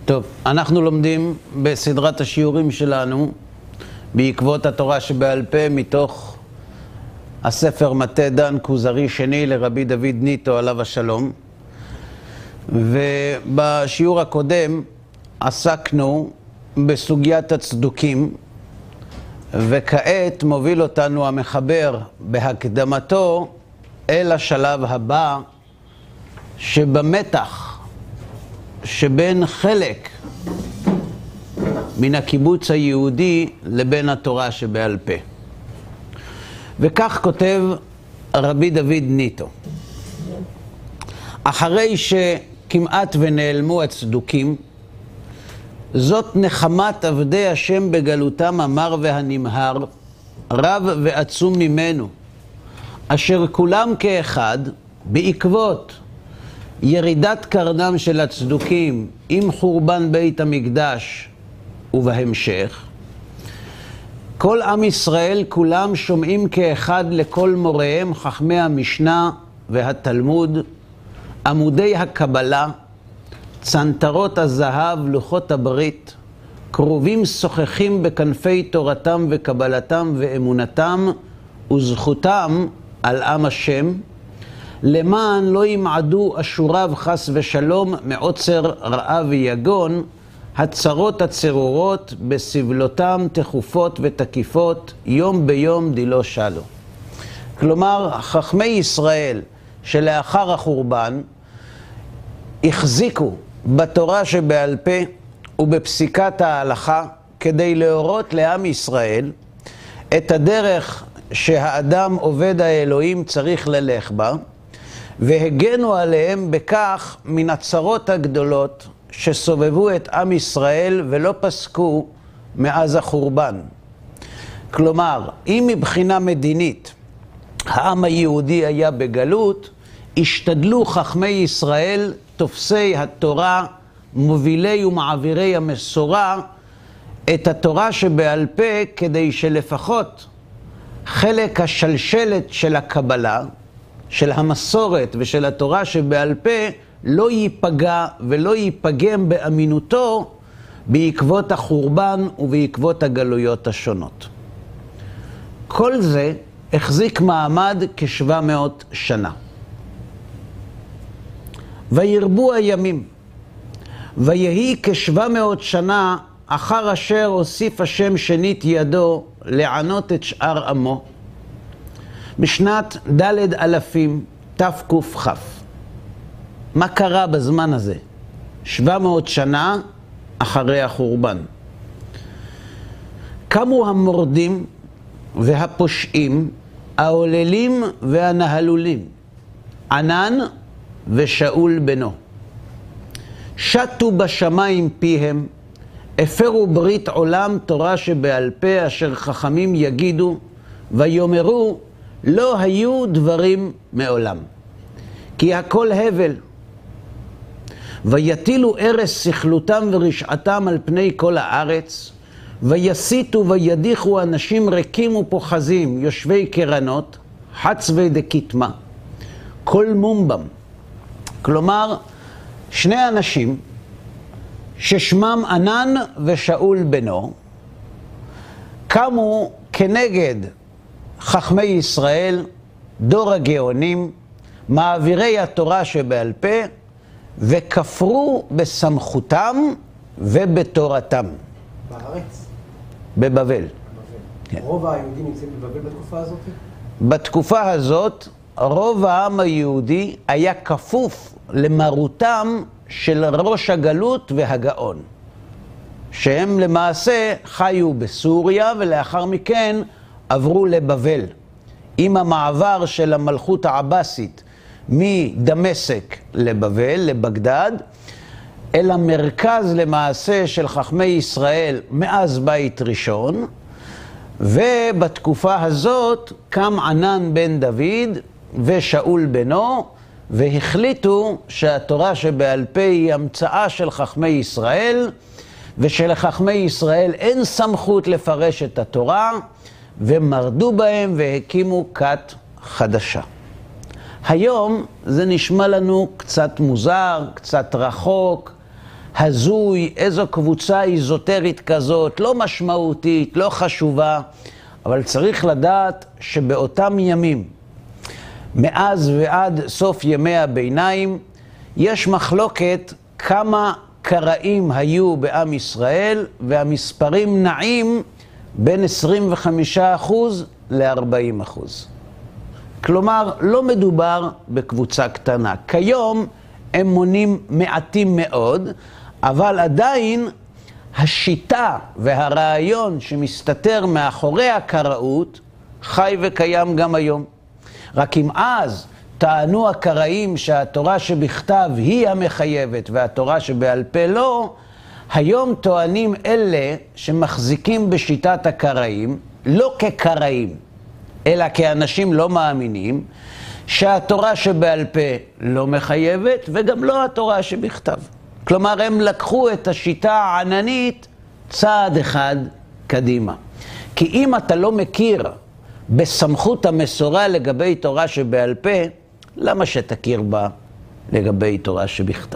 טוב, אנחנו לומדים בסדרת השיעורים שלנו בעקבות התורה שבעל פה מתוך הספר מטה דן כוזרי שני לרבי דוד ניטו עליו השלום. ובשיעור הקודם עסקנו בסוגיית הצדוקים, וכעת מוביל אותנו המחבר בהקדמתו אל השלב הבא שבמתח שבין חלק מן הקיבוץ היהודי לבין התורה שבעל פה. וכך כותב רבי דוד ניטו: אחרי שכמעט ונעלמו הצדוקים, זאת נחמת עבדי השם בגלותם המר והנמהר, רב ועצום ממנו, אשר כולם כאחד בעקבות ירידת קרנם של הצדוקים עם חורבן בית המקדש ובהמשך, כל עם ישראל כולם שומעים כאחד לכל מוריהם חכמי המשנה והתלמוד, עמודי הקבלה, צנתרות הזהב, לוחות הברית, קרובים שוחחים בכנפי תורתם וקבלתם ואמונתם וזכותם על עם השם, למען לא ימעדו אשוריו חס ושלום מעוצר רעה ויגון, הצרות הצרורות בסבלותם תכופות ותקיפות, יום ביום דילו שלו. כלומר, חכמי ישראל שלאחר החורבן החזיקו בתורה שבעל פה ובפסיקת ההלכה כדי להורות לעם ישראל את הדרך שהאדם עובד האלוהים צריך ללך בה, והגנו עליהם בכך מן הצרות הגדולות שסובבו את עם ישראל ולא פסקו מאז החורבן. כלומר, אם מבחינה מדינית העם היהודי היה בגלות, השתדלו חכמי ישראל, תופסי התורה, מובילי ומעבירי המסורה, את התורה שבעל פה כדי שלפחות חלק השלשלת של הקבלה, של המסורת ושל התורה שבעל פה לא ייפגע ולא ייפגם באמינותו בעקבות החורבן ובעקבות הגלויות השונות. כל זה החזיק מעמד כ-700 שנה. וירבו הימים, ויהי כ-700 שנה אחר אשר הוסיף השם שנית ידו לענות את שאר עמו, בשנת ד' אלפים תק"כ. מה קרה בזמן הזה? 700 שנה אחרי החורבן. קמו המורדים והפושעים, העוללים והנהלולים, ענן ושאול בנו. שטו בשמיים פיהם, הפרו ברית עולם תורה שבעל פה אשר חכמים יגידו, ויאמרו לא היו דברים מעולם, כי הכל הבל. ויטילו ארס סכלותם ורשעתם על פני כל הארץ, ויסיתו וידיחו אנשים ריקים ופוחזים, יושבי קרנות, חצבי דקיטמה, כל מומבם. כלומר, שני אנשים ששמם ענן ושאול בנו, קמו כנגד חכמי ישראל, דור הגאונים, מעבירי התורה שבעל פה, וכפרו בסמכותם ובתורתם. בארץ? בבבל. כן. רוב היהודים נמצאים בבבל בתקופה הזאת? בתקופה הזאת, רוב העם היהודי היה כפוף למרותם של ראש הגלות והגאון, שהם למעשה חיו בסוריה ולאחר מכן עברו לבבל. עם המעבר של המלכות העבאסית מדמשק לבבל, לבגדד, אל המרכז למעשה של חכמי ישראל מאז בית ראשון, ובתקופה הזאת קם ענן בן דוד ושאול בנו, והחליטו שהתורה שבעל פה היא המצאה של חכמי ישראל, ושלחכמי ישראל אין סמכות לפרש את התורה, ומרדו בהם והקימו כת חדשה. היום זה נשמע לנו קצת מוזר, קצת רחוק, הזוי, איזו קבוצה איזוטרית כזאת, לא משמעותית, לא חשובה, אבל צריך לדעת שבאותם ימים, מאז ועד סוף ימי הביניים, יש מחלוקת כמה קראים היו בעם ישראל, והמספרים נעים בין 25% ל-40%. כלומר, לא מדובר בקבוצה קטנה. כיום הם מונים מעטים מאוד, אבל עדיין השיטה והרעיון שמסתתר מאחורי הקראות חי וקיים גם היום. רק אם אז טענו הקראים שהתורה שבכתב היא המחייבת והתורה שבעל פה לא, היום טוענים אלה שמחזיקים בשיטת הקראים, לא כקראים, אלא כאנשים לא מאמינים, שהתורה שבעל פה לא מחייבת וגם לא התורה שבכתב. כלומר, הם לקחו את השיטה העננית צעד אחד קדימה. כי אם אתה לא מכיר בסמכות המסורה לגבי תורה שבעל פה, למה שתכיר בה לגבי תורה שבכתב?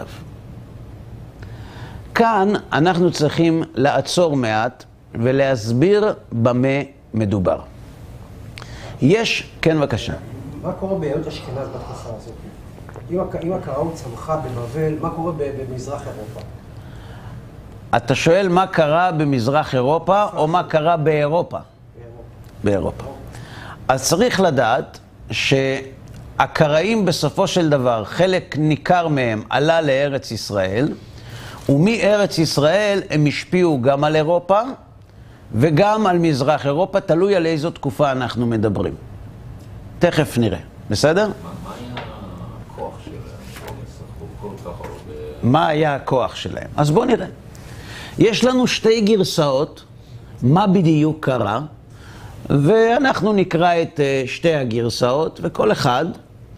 כאן אנחנו צריכים לעצור מעט ולהסביר במה מדובר. יש, כן בבקשה. מה קורה ביהדות אשכנז בתקופה הזאת? אם הקראות צמחה בבבל, מה קורה במזרח אירופה? אתה שואל מה קרה במזרח אירופה או מה קרה באירופה? באירופה. אז צריך לדעת שהקראים בסופו של דבר, חלק ניכר מהם עלה לארץ ישראל, ומארץ ישראל הם השפיעו גם על אירופה וגם על מזרח אירופה, תלוי על איזו תקופה אנחנו מדברים. תכף נראה, בסדר? מה היה הכוח שלהם? כל כך הרבה... מה היה הכוח שלהם? אז בואו נראה. יש לנו שתי גרסאות, מה בדיוק קרה, ואנחנו נקרא את שתי הגרסאות, וכל אחד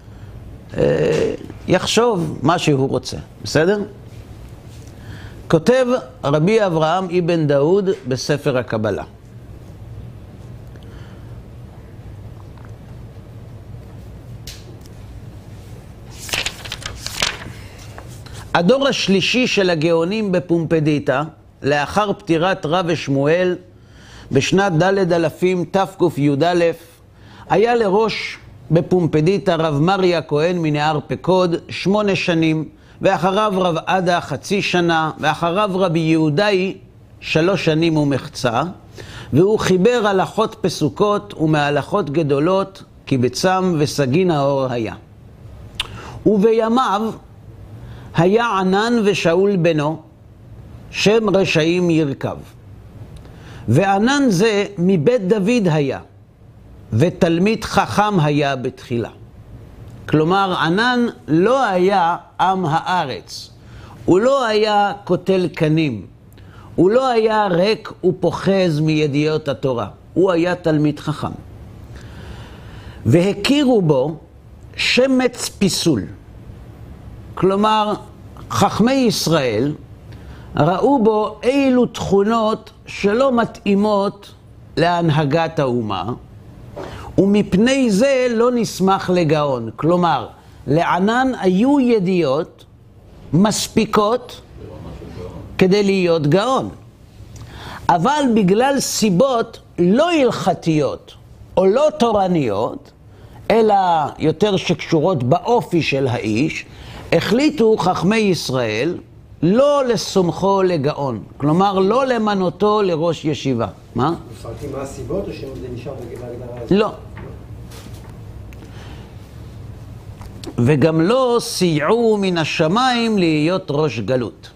יחשוב מה שהוא רוצה, בסדר? כותב רבי אברהם אבן דאוד בספר הקבלה. הדור השלישי של הגאונים בפומפדיטה, לאחר פטירת רב ושמואל, בשנת ד' אלפים תק"א, היה לראש בפומפדיטה רב מריה כהן מנהר פקוד 8 שנים, ואחריו רב עדה 0.5 שנה, ואחריו רבי יהודאי 3 שנים ומחצה, והוא חיבר הלכות פסוקות ומהלכות גדולות, כי בצם וסגין האור היה. ובימיו היה ענן ושאול בנו, שם רשעים ירכב. וענן זה מבית דוד היה, ותלמיד חכם היה בתחילה. כלומר, ענן לא היה עם הארץ, הוא לא היה קוטל קנים, הוא לא היה ריק ופוחז מידיעות התורה, הוא היה תלמיד חכם. והכירו בו שמץ פיסול. כלומר, חכמי ישראל ראו בו אילו תכונות שלא מתאימות להנהגת האומה, ומפני זה לא נשמח לגאון. כלומר, לענן היו ידיעות מספיקות כדי להיות גאון. אבל בגלל סיבות לא הלכתיות או לא תורניות, אלא יותר שקשורות באופי של האיש, החליטו חכמי ישראל לא לסומכו לגאון. כלומר, לא למנותו לראש ישיבה. מה? מפרטים מה הסיבות או שזה נשאר בהגדרה הזאת? לא. וגם לא סייעו מן השמיים להיות ראש גלות.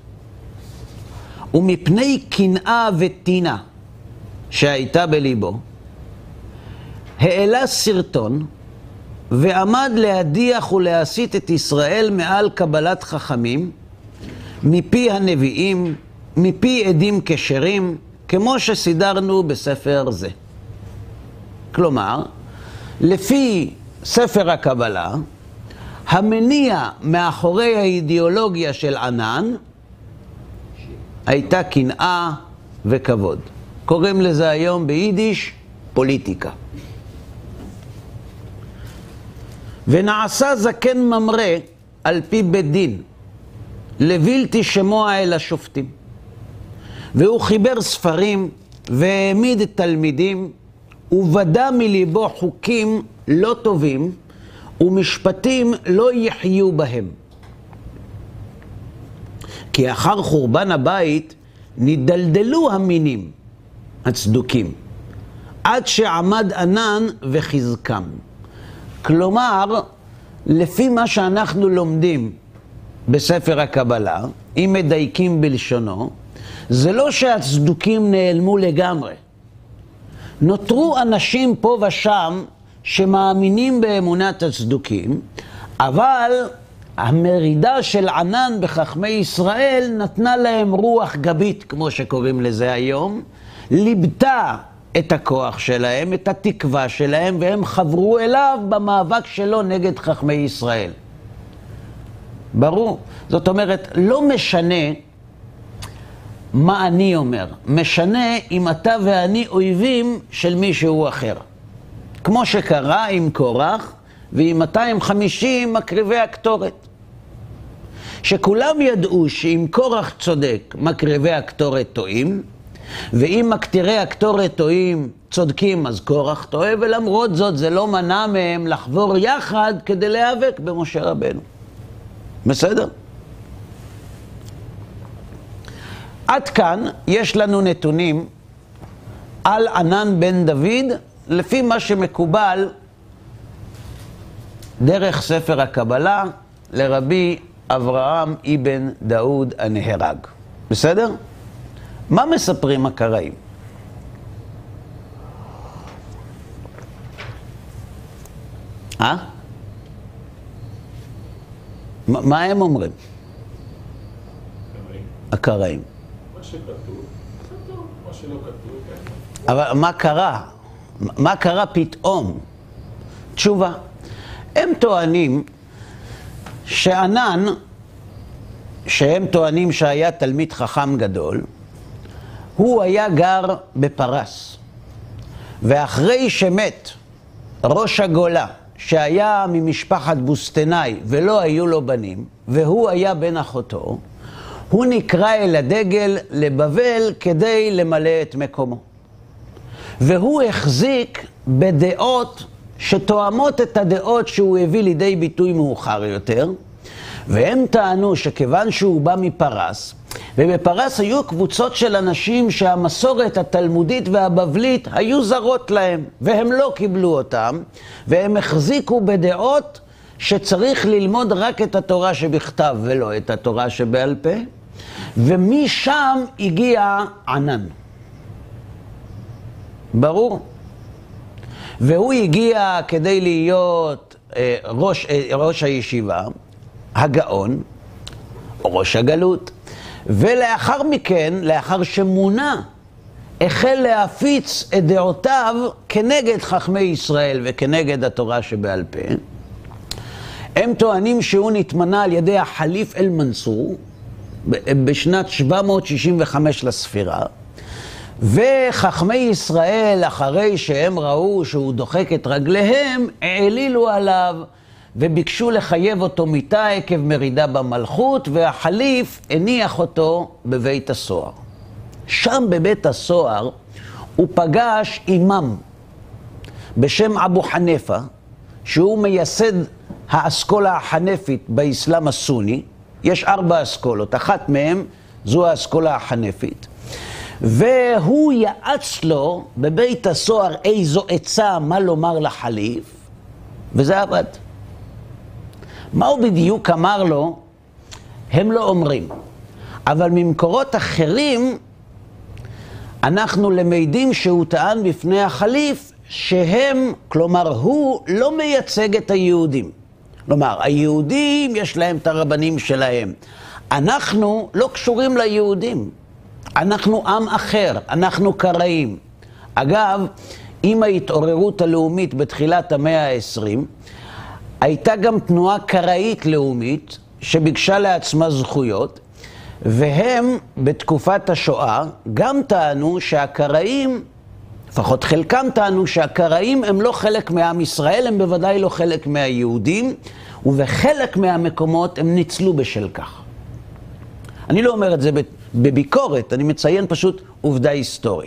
ומפני קנאה וטינה שהייתה בליבו, העלה סרטון ועמד להדיח ולהסית את ישראל מעל קבלת חכמים, מפי הנביאים, מפי עדים כשרים, כמו שסידרנו בספר זה. כלומר, לפי ספר הקבלה, המניע מאחורי האידיאולוגיה של ענן הייתה קנאה וכבוד. קוראים לזה היום ביידיש פוליטיקה. ונעשה זקן ממרא על פי בית דין, לבלתי שמוע אל השופטים. והוא חיבר ספרים והעמיד תלמידים, ובדה מליבו חוקים לא טובים, ומשפטים לא יחיו בהם. כי אחר חורבן הבית נדלדלו המינים הצדוקים, עד שעמד ענן וחזקם. כלומר, לפי מה שאנחנו לומדים בספר הקבלה, אם מדייקים בלשונו, זה לא שהצדוקים נעלמו לגמרי. נותרו אנשים פה ושם שמאמינים באמונת הצדוקים, אבל המרידה של ענן בחכמי ישראל נתנה להם רוח גבית, כמו שקוראים לזה היום, ליבתה את הכוח שלהם, את התקווה שלהם, והם חברו אליו במאבק שלו נגד חכמי ישראל. ברור. זאת אומרת, לא משנה מה אני אומר, משנה אם אתה ואני אויבים של מישהו אחר. כמו שקרה עם קורח ועם 250 מקריבי הקטורת. שכולם ידעו שאם קורח צודק, מקריבי הקטורת טועים, ואם מקטירי הקטורת טועים, צודקים, אז קורח טועה, ולמרות זאת זה לא מנע מהם לחבור יחד כדי להיאבק במשה רבנו. בסדר? עד כאן יש לנו נתונים על ענן בן דוד, לפי מה שמקובל דרך ספר הקבלה לרבי אברהם אבן דאוד הנהרג. בסדר? מה מספרים הקראים? מה הם אומרים? הקראים. מה שכתוב, כתוב, מה שלא כתוב, כן. אבל מה קרה? מה קרה פתאום? תשובה. הם טוענים שענן, שהם טוענים שהיה תלמיד חכם גדול, הוא היה גר בפרס. ואחרי שמת ראש הגולה, שהיה ממשפחת בוסטנאי ולא היו לו בנים, והוא היה בן אחותו, הוא נקרא אל הדגל לבבל כדי למלא את מקומו. והוא החזיק בדעות שתואמות את הדעות שהוא הביא לידי ביטוי מאוחר יותר, והם טענו שכיוון שהוא בא מפרס, ובפרס היו קבוצות של אנשים שהמסורת התלמודית והבבלית היו זרות להם, והם לא קיבלו אותם, והם החזיקו בדעות שצריך ללמוד רק את התורה שבכתב ולא את התורה שבעל פה, ומשם הגיע ענן. ברור. והוא הגיע כדי להיות ראש הישיבה, הגאון, ראש הגלות, ולאחר מכן, לאחר שמונה, החל להפיץ את דעותיו כנגד חכמי ישראל וכנגד התורה שבעל פה. הם טוענים שהוא נתמנה על ידי החליף אל מנסור בשנת 765 לספירה, וחכמי ישראל, אחרי שהם ראו שהוא דוחק את רגליהם, העלילו עליו וביקשו לחייב אותו מיתה עקב מרידה במלכות, והחליף הניח אותו בבית הסוהר. שם בבית הסוהר הוא פגש אימם בשם אבו חניפה, שהוא מייסד האסכולה החנפית באסלאם הסוני. יש 4 אסכולות, אחת מהם זו האסכולה החנפית. והוא יעץ לו בבית הסוהר איזו עצה מה לומר לחליף, וזה עבד. מה הוא בדיוק אמר לו, הם לא אומרים. אבל ממקורות אחרים, אנחנו למדים שהוא טען בפני החליף, שהם, כלומר הוא לא מייצג את היהודים. כלומר, היהודים יש להם את הרבנים שלהם. אנחנו לא קשורים ליהודים. אנחנו עם אחר, אנחנו קראים. אגב, עם ההתעוררות הלאומית בתחילת המאה ה-20, הייתה גם תנועה קראית לאומית שביקשה לעצמה זכויות, והם בתקופת השואה גם טענו שהקראים, לפחות חלקם טענו שהקראים הם לא חלק מעם ישראל, הם בוודאי לא חלק מהיהודים, ובחלק מהמקומות הם ניצלו בשל כך. אני לא אומר את זה בביקורת, אני מציין פשוט עובדה היסטורית.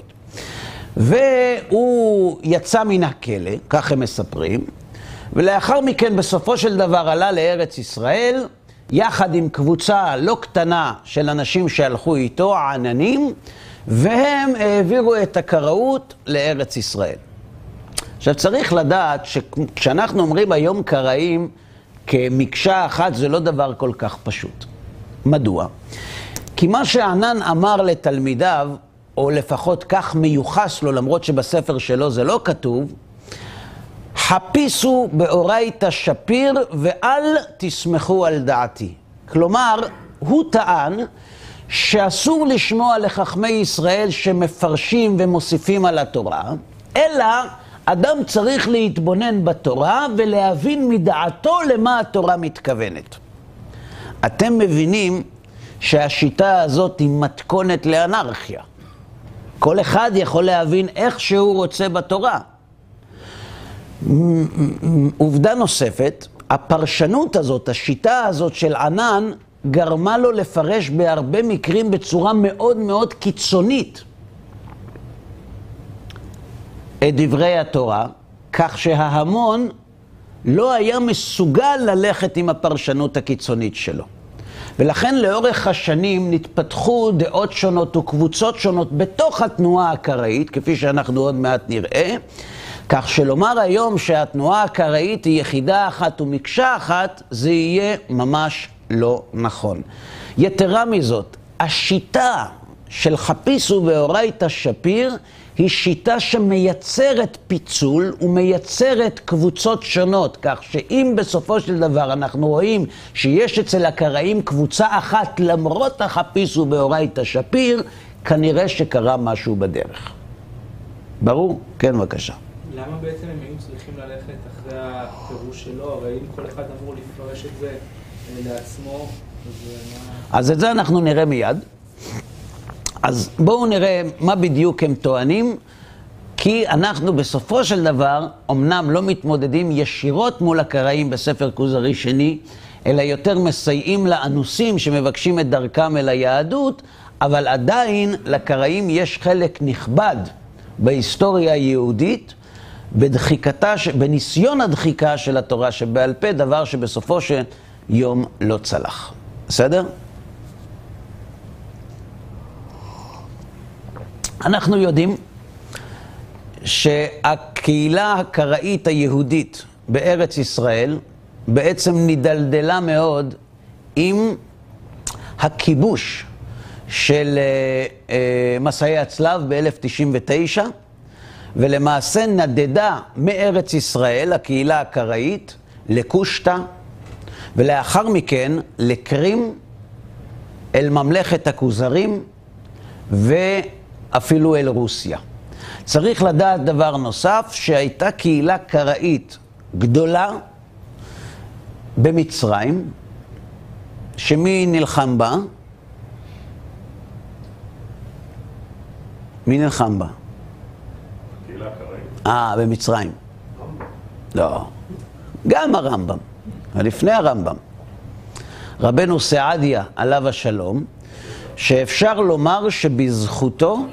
והוא יצא מן הכלא, כך הם מספרים, ולאחר מכן בסופו של דבר עלה לארץ ישראל, יחד עם קבוצה לא קטנה של אנשים שהלכו איתו, העננים, והם העבירו את הקראות לארץ ישראל. עכשיו צריך לדעת שכשאנחנו אומרים היום קראים כמקשה אחת, זה לא דבר כל כך פשוט. מדוע? כי מה שענן אמר לתלמידיו, או לפחות כך מיוחס לו, למרות שבספר שלו זה לא כתוב, חפיסו באורייתא שפיר ואל תסמכו על דעתי. כלומר, הוא טען שאסור לשמוע לחכמי ישראל שמפרשים ומוסיפים על התורה, אלא אדם צריך להתבונן בתורה ולהבין מדעתו למה התורה מתכוונת. אתם מבינים שהשיטה הזאת היא מתכונת לאנרכיה. כל אחד יכול להבין איך שהוא רוצה בתורה. עובדה נוספת, הפרשנות הזאת, השיטה הזאת של ענן, גרמה לו לפרש בהרבה מקרים בצורה מאוד מאוד קיצונית את דברי התורה, כך שההמון לא היה מסוגל ללכת עם הפרשנות הקיצונית שלו. ולכן לאורך השנים נתפתחו דעות שונות וקבוצות שונות בתוך התנועה הקראית, כפי שאנחנו עוד מעט נראה, כך שלומר היום שהתנועה הקראית היא יחידה אחת ומקשה אחת, זה יהיה ממש לא נכון. יתרה מזאת, השיטה של חפיסו באורייתא שפיר היא שיטה שמייצרת פיצול ומייצרת קבוצות שונות, כך שאם בסופו של דבר אנחנו רואים שיש אצל הקראים קבוצה אחת למרות החפיסו באורייתא שפיר, כנראה שקרה משהו בדרך. ברור? כן, בבקשה. למה בעצם הם היו צריכים ללכת אחרי הפירוש שלו? הרי אם כל אחד אמור לפרש את זה לעצמו, אז את זה אנחנו נראה מיד. אז בואו נראה מה בדיוק הם טוענים, כי אנחנו בסופו של דבר אמנם לא מתמודדים ישירות מול הקראים בספר כוזרי שני, אלא יותר מסייעים לאנוסים שמבקשים את דרכם אל היהדות, אבל עדיין לקראים יש חלק נכבד בהיסטוריה היהודית, בניסיון הדחיקה של התורה שבעל פה, דבר שבסופו של יום לא צלח. בסדר? אנחנו יודעים שהקהילה הקראית היהודית בארץ ישראל בעצם נדלדלה מאוד עם הכיבוש של מסעי הצלב ב-1099, ולמעשה נדדה מארץ ישראל, הקהילה הקראית, לקושטא, ולאחר מכן לקרים, אל ממלכת הכוזרים, ואפילו אל רוסיה. צריך לדעת דבר נוסף, שהייתה קהילה קראית גדולה במצרים, שמי נלחם בה? מי נלחם בה? קהילה קראית. במצרים. לא. גם הרמב"ם. לפני הרמב"ם. רבנו סעדיה, עליו השלום, שאפשר לומר שבזכותו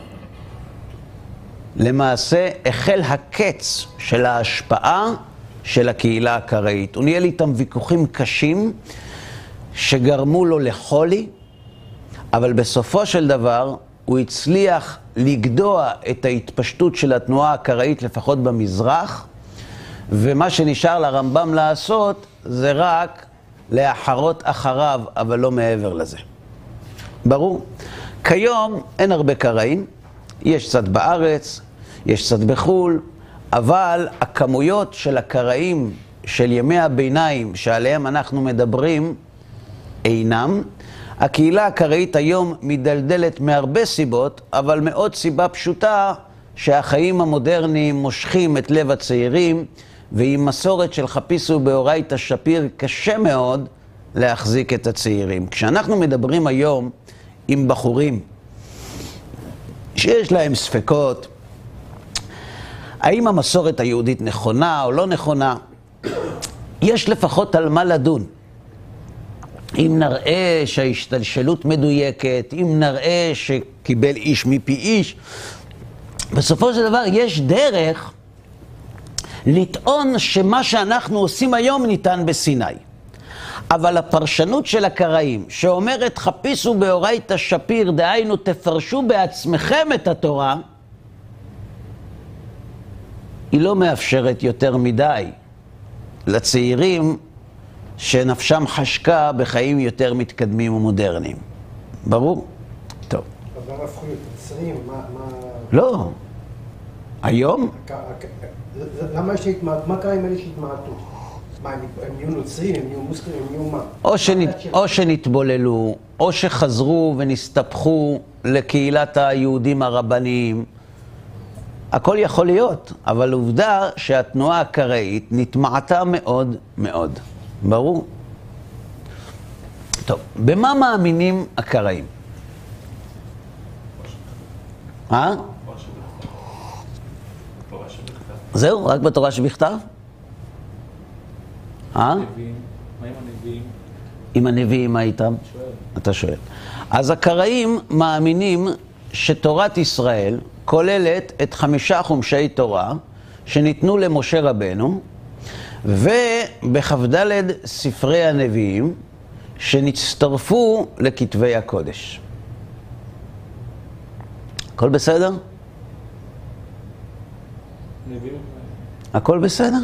למעשה החל הקץ של ההשפעה של הקהילה הקראית. הוא ניהל איתם ויכוחים קשים שגרמו לו לחולי, אבל בסופו של דבר הוא הצליח לגדוע את ההתפשטות של התנועה הקראית לפחות במזרח, ומה שנשאר לרמב"ם לעשות זה רק לאחרות אחריו, אבל לא מעבר לזה. ברור? כיום אין הרבה קראים, יש קצת בארץ, יש קצת בחול, אבל הכמויות של הקראים של ימי הביניים שעליהם אנחנו מדברים אינם. הקהילה הקראית היום מדלדלת מהרבה סיבות, אבל מאוד סיבה פשוטה שהחיים המודרניים מושכים את לב הצעירים, ועם מסורת של חפיסו באורייתא שפיר קשה מאוד להחזיק את הצעירים. כשאנחנו מדברים היום עם בחורים שיש להם ספקות, האם המסורת היהודית נכונה או לא נכונה, יש לפחות על מה לדון. אם נראה שההשתלשלות מדויקת, אם נראה שקיבל איש מפי איש, בסופו של דבר יש דרך לטעון שמה שאנחנו עושים היום ניתן בסיני. אבל הפרשנות של הקראים, שאומרת חפישו באורייתא שפיר, דהיינו תפרשו בעצמכם את התורה, היא לא מאפשרת יותר מדי לצעירים שנפשם חשקה בחיים יותר מתקדמים ומודרניים. ברור? טוב. אבל גם הפכו להיות נוצרים, לא. היום? למה יש להתמעט? מה קרה עם אלה שהתמעטו? מה, הם נהיו נוצרים, הם נהיו מוסלמים, הם נהיו מה? או שנתבוללו, או שחזרו ונסתפחו לקהילת היהודים הרבניים. הכל יכול להיות, אבל עובדה שהתנועה הקראית נתמעטה מאוד מאוד. ברור? טוב, במה מאמינים הקראים? זהו, רק בתורה שבכתב? מה עם הנביאים? עם הנביאים מה איתם? אתה שואל. אז הקראים מאמינים שתורת ישראל כוללת את 5 חומשי תורה שניתנו למשה רבנו, ובכ"ד ספרי הנביאים שנצטרפו לכתבי הקודש. הכל בסדר? נביאים? הכל בסדר?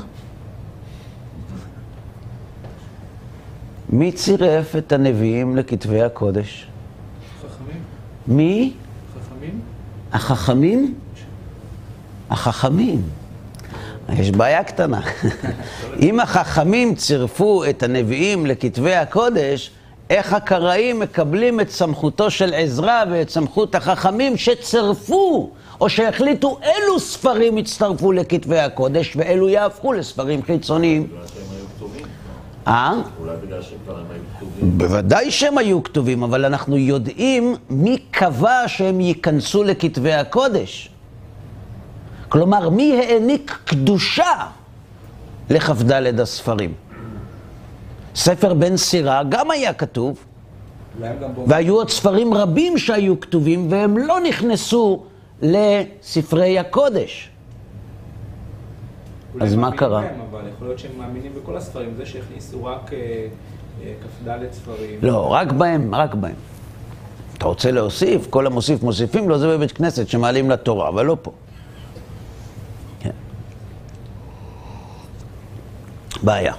מי צירף את הנביאים לכתבי הקודש? חכמים? מי? חכמים? החכמים? החכמים. יש בעיה קטנה. אם החכמים צירפו את הנביאים לכתבי הקודש, איך הקראים מקבלים את סמכותו של עזרא ואת סמכות החכמים שצירפו, או שהחליטו אילו ספרים יצטרפו לכתבי הקודש ואילו יהפכו לספרים חיצוניים? בגלל שהם היו כתובים. אולי בגלל שהם היו כתובים. בוודאי שהם היו כתובים, אבל אנחנו יודעים מי קבע שהם ייכנסו לכתבי הקודש. כלומר, מי העניק קדושה לכ"ד הספרים? ספר בן סירה גם היה כתוב, והיו עוד ספרים רבים שהיו כתובים, והם לא נכנסו לספרי הקודש. אז מה קרה? אבל יכול להיות שהם מאמינים בכל הספרים, זה שהכניסו רק כ"ד ספרים. לא, רק בהם, רק בהם. אתה רוצה להוסיף, כל המוסיף מוסיפים לו, זה בבית כנסת שמעלים לתורה, אבל לא פה. כן. בעיה.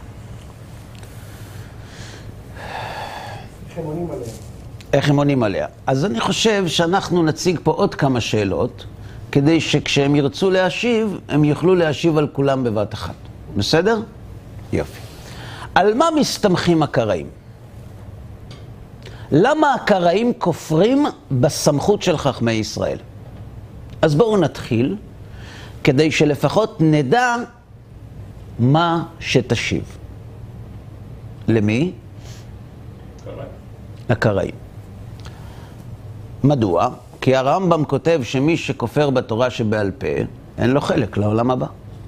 איך הם עונים עליה? איך הם עונים עליה? אז אני חושב שאנחנו נציג פה עוד כמה שאלות, כדי שכשהם ירצו להשיב, הם יוכלו להשיב על כולם בבת אחת. בסדר? יופי. על מה מסתמכים הקראים? למה הקראים כופרים בסמכות של חכמי ישראל? אז בואו נתחיל, כדי שלפחות נדע מה שתשיב. למי? הקראים. מדוע? כי הרמב"ם כותב שמי שכופר בתורה שבעל פה, אין לו חלק לעולם הבא.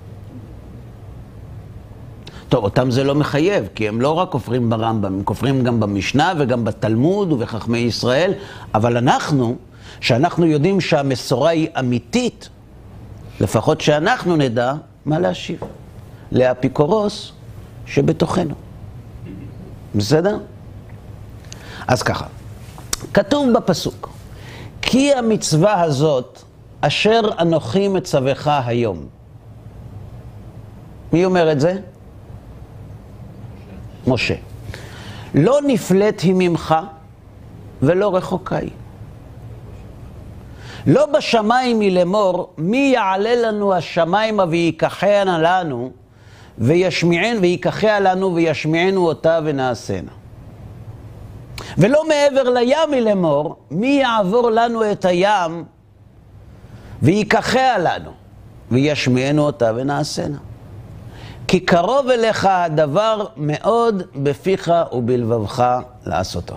טוב, אותם זה לא מחייב, כי הם לא רק כופרים ברמב"ם, הם כופרים גם במשנה וגם בתלמוד ובחכמי ישראל, אבל אנחנו, שאנחנו יודעים שהמסורה היא אמיתית, לפחות שאנחנו נדע מה להשיב. לאפיקורוס שבתוכנו. בסדר? אז ככה, כתוב בפסוק, כי המצווה הזאת אשר אנוכי מצווך היום. מי אומר את זה? משה. לא נפלט היא ממך ולא רחוקה היא. לא בשמיים היא לאמור, מי יעלה לנו השמיימה ויקחנה לנו ויקחיה לנו וישמיענו אותה ונעשנה. ולא מעבר לים היא לאמור, מי יעבור לנו את הים ויקחיה לנו וישמיענו אותה ונעשנה. כי קרוב אליך הדבר מאוד בפיך ובלבבך לעשותו.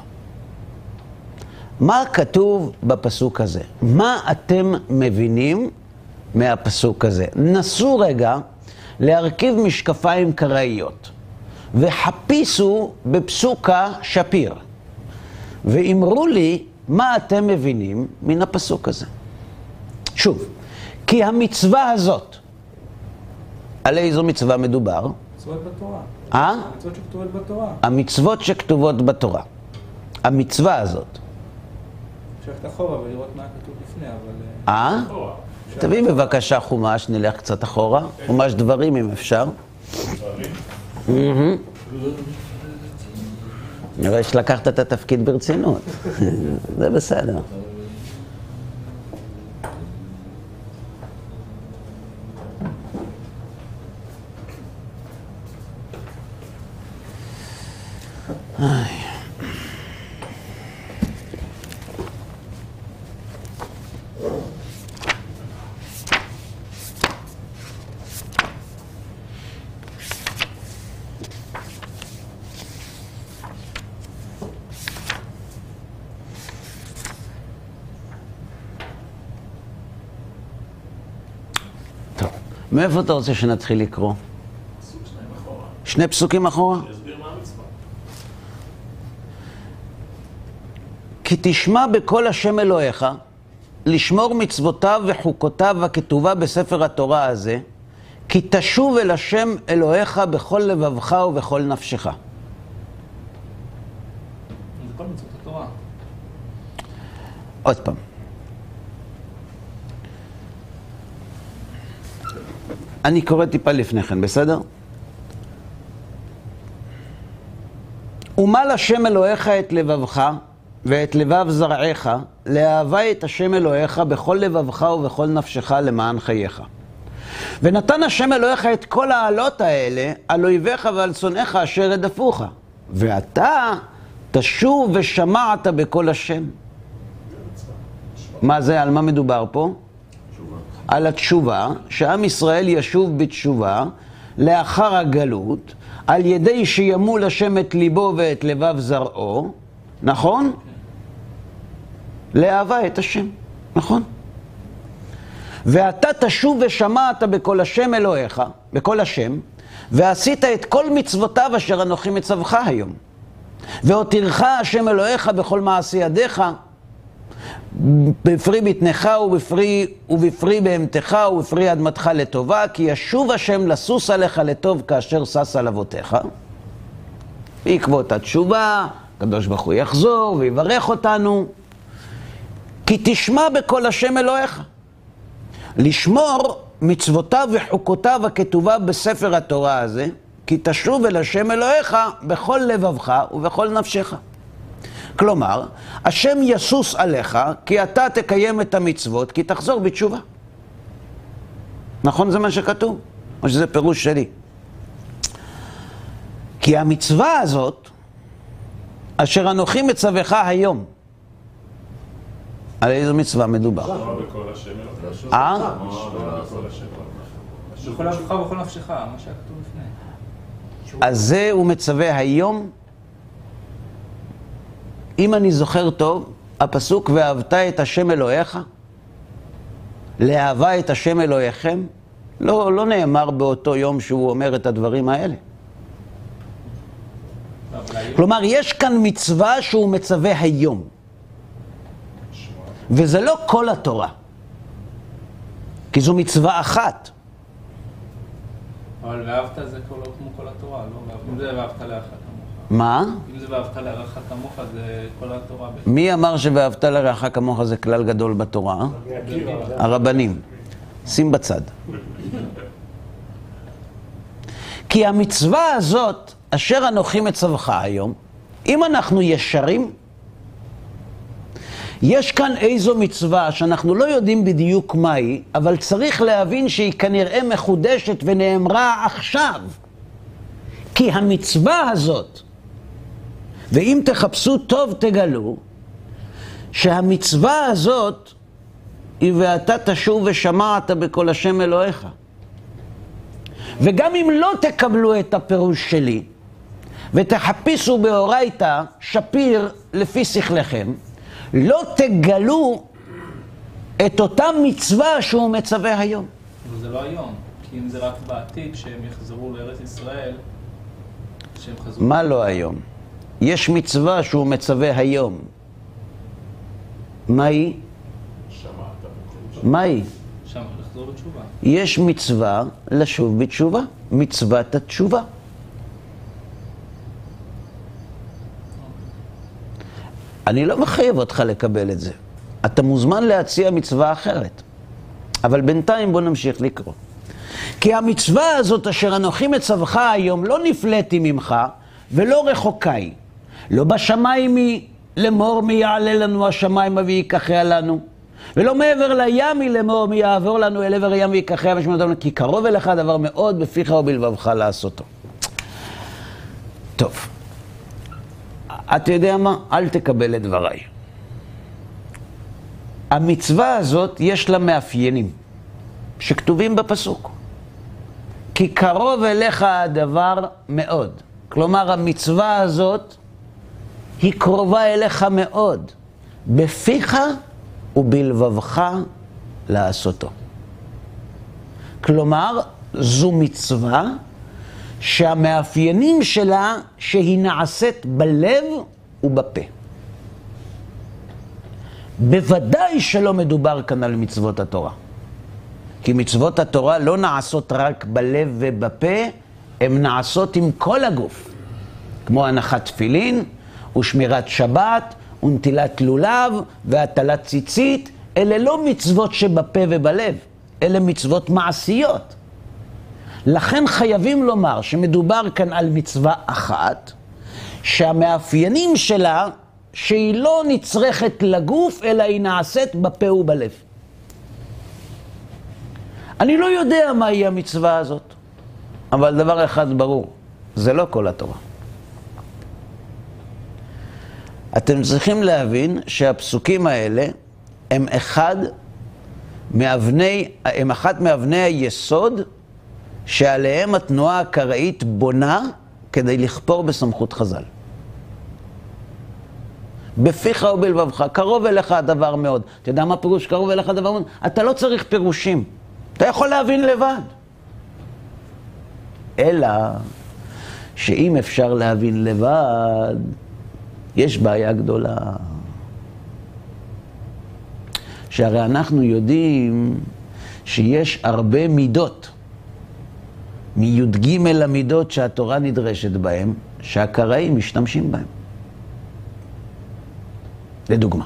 מה כתוב בפסוק הזה? מה אתם מבינים מהפסוק הזה? נסו רגע להרכיב משקפיים קראיות. וחפיסו בפסוקה שפיר. ואמרו לי, מה אתם מבינים מן הפסוק הזה? שוב, כי המצווה הזאת, על איזו מצווה מדובר? מצוות בתורה. המצוות שכתובות בתורה. המצוות שכתובות בתורה. המצווה הזאת. אפשר ללכת אחורה ולראות מה כתוב לפני, אבל... תביא בבקשה חומש, נלך קצת אחורה. חומש דברים אם אפשר. נראה שלקחת את התפקיד ברצינות. זה בסדר. מאיפה אתה רוצה שנתחיל לקרוא? פסוק 2 אחורה. 2 פסוקים אחורה? שיסביר מה המצווה. כי תשמע בקול השם אלוהיך, לשמור מצוותיו וחוקותיו הכתובה בספר התורה הזה, כי תשוב אל השם אלוהיך בכל לבבך ובכל נפשך. זה כל מצוות התורה. עוד פעם. אני קורא טיפה לפני כן, בסדר? ומל השם אלוהיך את לבבך ואת לבב זרעיך, לאהבה את השם אלוהיך בכל לבבך ובכל נפשך למען חייך. ונתן השם אלוהיך את כל העלות האלה על אויביך ועל שונאיך אשר רדפוך. ואתה תשוב ושמעת בקול השם. מה זה? על מה מדובר פה? על התשובה, שעם ישראל ישוב בתשובה לאחר הגלות, על ידי שימול השם את ליבו ואת לבב זרעו, נכון? לאהבה את השם, נכון? ואתה תשוב ושמעת בקול השם אלוהיך, בקול השם, ועשית את כל מצוותיו אשר אנוכי מצווך היום. והותירך השם אלוהיך בכל מעשי ידיך, בפרי בטנך ובפרי בהמתך ובפרי אדמתך לטובה, כי ישוב השם לסוס עליך לטוב כאשר סס על אבותיך. בעקבות התשובה, הקדוש ברוך הוא יחזור ויברך אותנו. כי תשמע בקול השם אלוהיך, לשמור מצוותיו וחוקותיו הכתובה בספר התורה הזה, כי תשוב אל השם אלוהיך בכל לבבך ובכל נפשך. כלומר, השם יסוס עליך, כי אתה תקיים את המצוות, כי תחזור בתשובה. נכון? זה מה שכתוב? או שזה פירוש שלי? כי המצווה הזאת, אשר אנוכי מצווך היום, על איזו מצווה מדובר? בכל השם אלוהיך. בכל לבבך ובכל נפשך, מה שכתוב לפני. אז זה הוא מצווה היום. אם אני זוכר טוב, הפסוק ואהבת את השם אלוהיך, לאהבה את השם אלוהיכם, לא נאמר באותו יום שהוא אומר את הדברים האלה. כלומר, יש כאן מצווה שהוא מצווה היום. וזה לא כל התורה. כי זו מצווה אחת. אבל ואהבת זה כמו כל התורה, לא? אם זה ואהבת לאחת כמוך. מה? אם זה ואהבת לרעך כמוך, זה כל התורה. מי אמר שוואהבת לרעך כמוך זה כלל גדול בתורה? הרבנים. שים בצד. כי המצווה הזאת, אשר אנוכי מצווך היום, אם אנחנו ישרים, יש כאן איזו מצווה שאנחנו לא יודעים בדיוק מהי, אבל צריך להבין שהיא כנראה מחודשת ונאמרה עכשיו. כי המצווה הזאת, ואם תחפשו טוב תגלו, שהמצווה הזאת היא ואתה תשוב ושמעת בקול השם אלוהיך. וגם אם לא תקבלו את הפירוש שלי, ותחפיסו באורייתא שפיר לפי שכלכם, לא תגלו את אותה מצווה שהוא מצווה היום. אבל זה לא היום, כי אם זה רק בעתיד שהם יחזרו לארץ ישראל, שהם חזרו. מה לא היום? יש מצווה שהוא מצווה היום. מה היא? מה היא? שם, לחזור בתשובה. יש מצווה לשוב בתשובה, מצוות התשובה. אני לא מחייב אותך לקבל את זה. אתה מוזמן להציע מצווה אחרת. אבל בינתיים בוא נמשיך לקרוא. כי המצווה הזאת אשר אנוכי מצווך היום לא נפלאתי ממך ולא רחוקה היא. לא בשמיים היא לאמור מי יעלה לנו השמיימה ויקחיה לנו. ולא מעבר לים היא לאמור מי יעבור לנו אל עבר הים ויקחיה ושמעון אותנו. כי קרוב אליך דבר מאוד בפיך ובלבבך לעשותו. טוב. אתה יודע מה? אל תקבל את דבריי. המצווה הזאת יש לה מאפיינים שכתובים בפסוק. כי קרוב אליך הדבר מאוד. כלומר, המצווה הזאת היא קרובה אליך מאוד. בפיך ובלבבך לעשותו. כלומר, זו מצווה שהמאפיינים שלה שהיא נעשית בלב ובפה. בוודאי שלא מדובר כאן על מצוות התורה. כי מצוות התורה לא נעשות רק בלב ובפה, הן נעשות עם כל הגוף. כמו הנחת תפילין, ושמירת שבת, ונטילת לולב, והטלת ציצית. אלה לא מצוות שבפה ובלב, אלה מצוות מעשיות. לכן חייבים לומר שמדובר כאן על מצווה אחת, שהמאפיינים שלה שהיא לא נצרכת לגוף, אלא היא נעשית בפה ובלב. אני לא יודע מהי המצווה הזאת, אבל דבר אחד ברור, זה לא כל התורה. אתם צריכים להבין שהפסוקים האלה הם אחת מאבני היסוד שעליהם התנועה הקראית בונה כדי לכפור בסמכות חז"ל. בפיך ובלבבך, קרוב אליך הדבר מאוד. אתה יודע מה פירוש קרוב אליך הדבר מאוד? אתה לא צריך פירושים. אתה יכול להבין לבד. אלא שאם אפשר להבין לבד, יש בעיה גדולה. שהרי אנחנו יודעים שיש הרבה מידות, מי"ג המידות שהתורה נדרשת בהם, שהקראים משתמשים בהם. לדוגמה.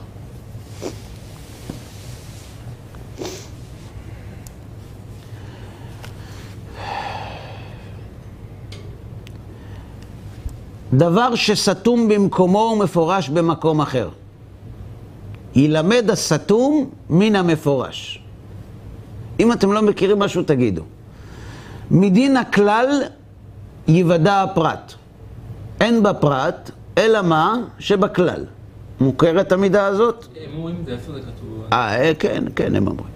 דבר שסתום במקומו ומפורש במקום אחר. ילמד הסתום מן המפורש. אם אתם לא מכירים משהו, תגידו. מדין הכלל יוודע הפרט. אין בפרט, אלא מה? שבכלל. מוכרת המידה הזאת? הם אומרים את זה, איפה זה כתוב? כן, הם אומרים.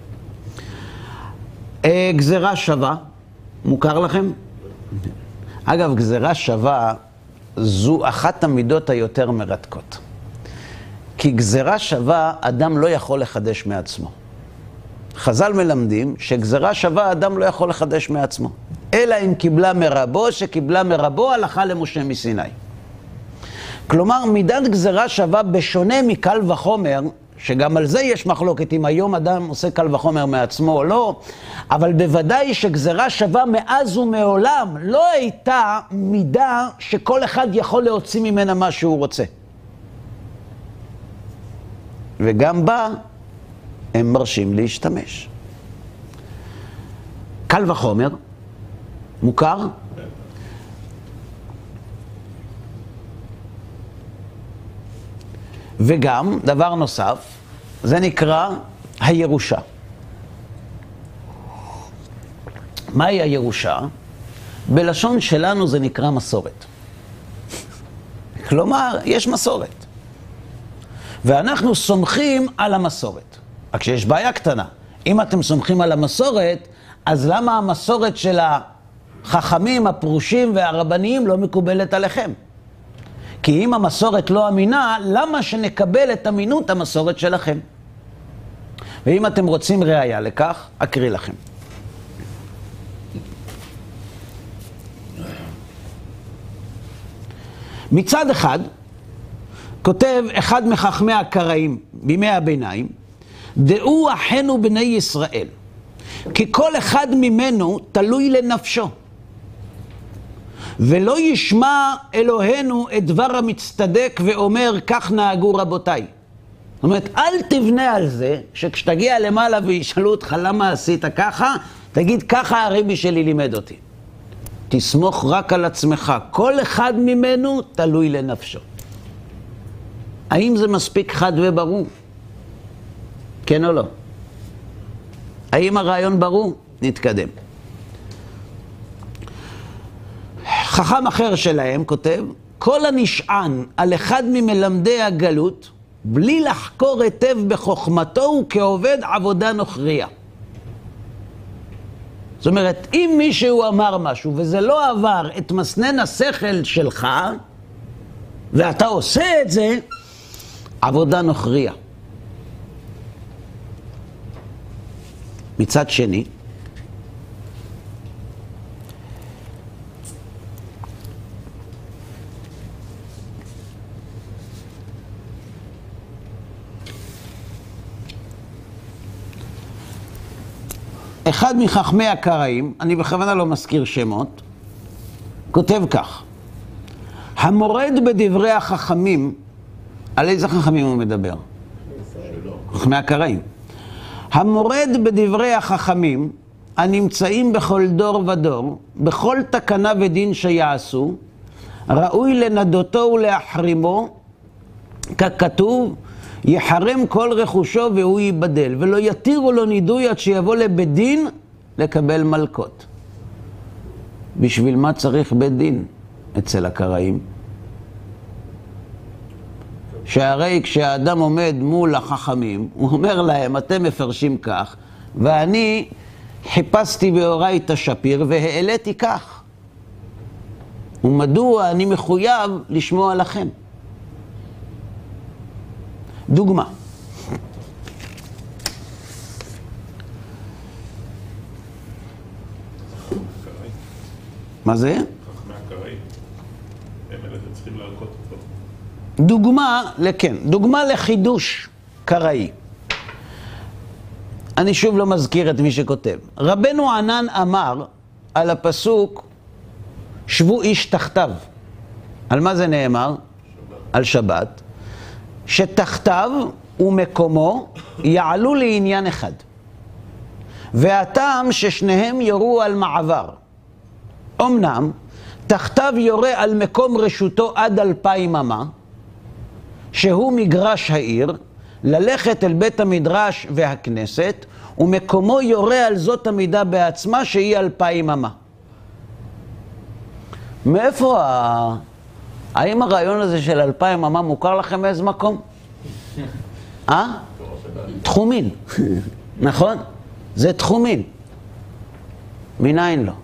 גזרה שווה, מוכר לכם? אגב, גזרה שווה זו אחת המידות היותר מרתקות. כי גזרה שווה אדם לא יכול לחדש מעצמו. חז"ל מלמדים שגזרה שווה אדם לא יכול לחדש מעצמו. אלא אם קיבלה מרבו, שקיבלה מרבו הלכה למשה מסיני. כלומר, מידת גזרה שווה בשונה מקל וחומר, שגם על זה יש מחלוקת אם היום אדם עושה קל וחומר מעצמו או לא, אבל בוודאי שגזרה שווה מאז ומעולם לא הייתה מידה שכל אחד יכול להוציא ממנה מה שהוא רוצה. וגם בה הם מרשים להשתמש. קל וחומר, מוכר? וגם, דבר נוסף, זה נקרא הירושה. מהי הירושה? בלשון שלנו זה נקרא מסורת. כלומר, יש מסורת. ואנחנו סומכים על המסורת. רק שיש בעיה קטנה. אם אתם סומכים על המסורת, אז למה המסורת של החכמים, הפרושים והרבניים לא מקובלת עליכם? כי אם המסורת לא אמינה, למה שנקבל את אמינות המסורת שלכם? ואם אתם רוצים ראיה לכך, אקריא לכם. מצד אחד, כותב אחד מחכמי הקראים בימי הביניים, דעו אחינו בני ישראל, כי כל אחד ממנו תלוי לנפשו, ולא ישמע אלוהינו את דבר המצטדק ואומר כך נהגו רבותיי. זאת אומרת, אל תבנה על זה שכשתגיע למעלה וישאלו אותך למה עשית ככה, תגיד ככה הרבי שלי לימד אותי. תסמוך רק על עצמך, כל אחד ממנו תלוי לנפשו. האם זה מספיק חד וברור? כן או לא? האם הרעיון ברור? נתקדם. חכם אחר שלהם כותב, כל הנשען על אחד ממלמדי הגלות, בלי לחקור היטב בחוכמתו, הוא כעובד עבודה נוכריה. זאת אומרת, אם מישהו אמר משהו וזה לא עבר את מסנן השכל שלך, ואתה עושה את זה, עבודה נוכריה. מצד שני, אחד מחכמי הקראים, אני בכוונה לא מזכיר שמות, כותב כך, המורד בדברי החכמים, על איזה חכמים הוא מדבר? חכמי הקראים. המורד בדברי החכמים, הנמצאים בכל דור ודור, בכל תקנה ודין שיעשו, ראוי לנדותו ולהחרימו, ככתוב, יחרם כל רכושו והוא ייבדל, ולא יתירו לו נידוי עד שיבוא לבית דין לקבל מלכות. בשביל מה צריך בית דין אצל הקראים? שהרי כשהאדם עומד מול החכמים, הוא אומר להם, אתם מפרשים כך, ואני חיפשתי באורייתא שפיר והעליתי כך. ומדוע אני מחויב לשמוע לכם? דוגמה. מה זה? חכמי הקראים. הם אלה שצריכים להלקות אותו. דוגמה לחידוש קראי. אני שוב לא מזכיר את מי שכותב. רבנו ענן אמר על הפסוק, שבו איש תחתיו. על מה זה נאמר? על שבת. שתחתיו ומקומו יעלו לעניין אחד. והטעם ששניהם יורו על מעבר. אמנם, תחתיו יורה על מקום רשותו עד 2000 אמה, שהוא מגרש העיר, ללכת אל בית המדרש והכנסת, ומקומו יורה על זאת המידה בעצמה שהיא 2000 אמה. מאיפה האם הרעיון הזה של 2000 אמה מוכר לכם מאיזה מקום? תחומין. נכון? זה תחומין. מניין לא?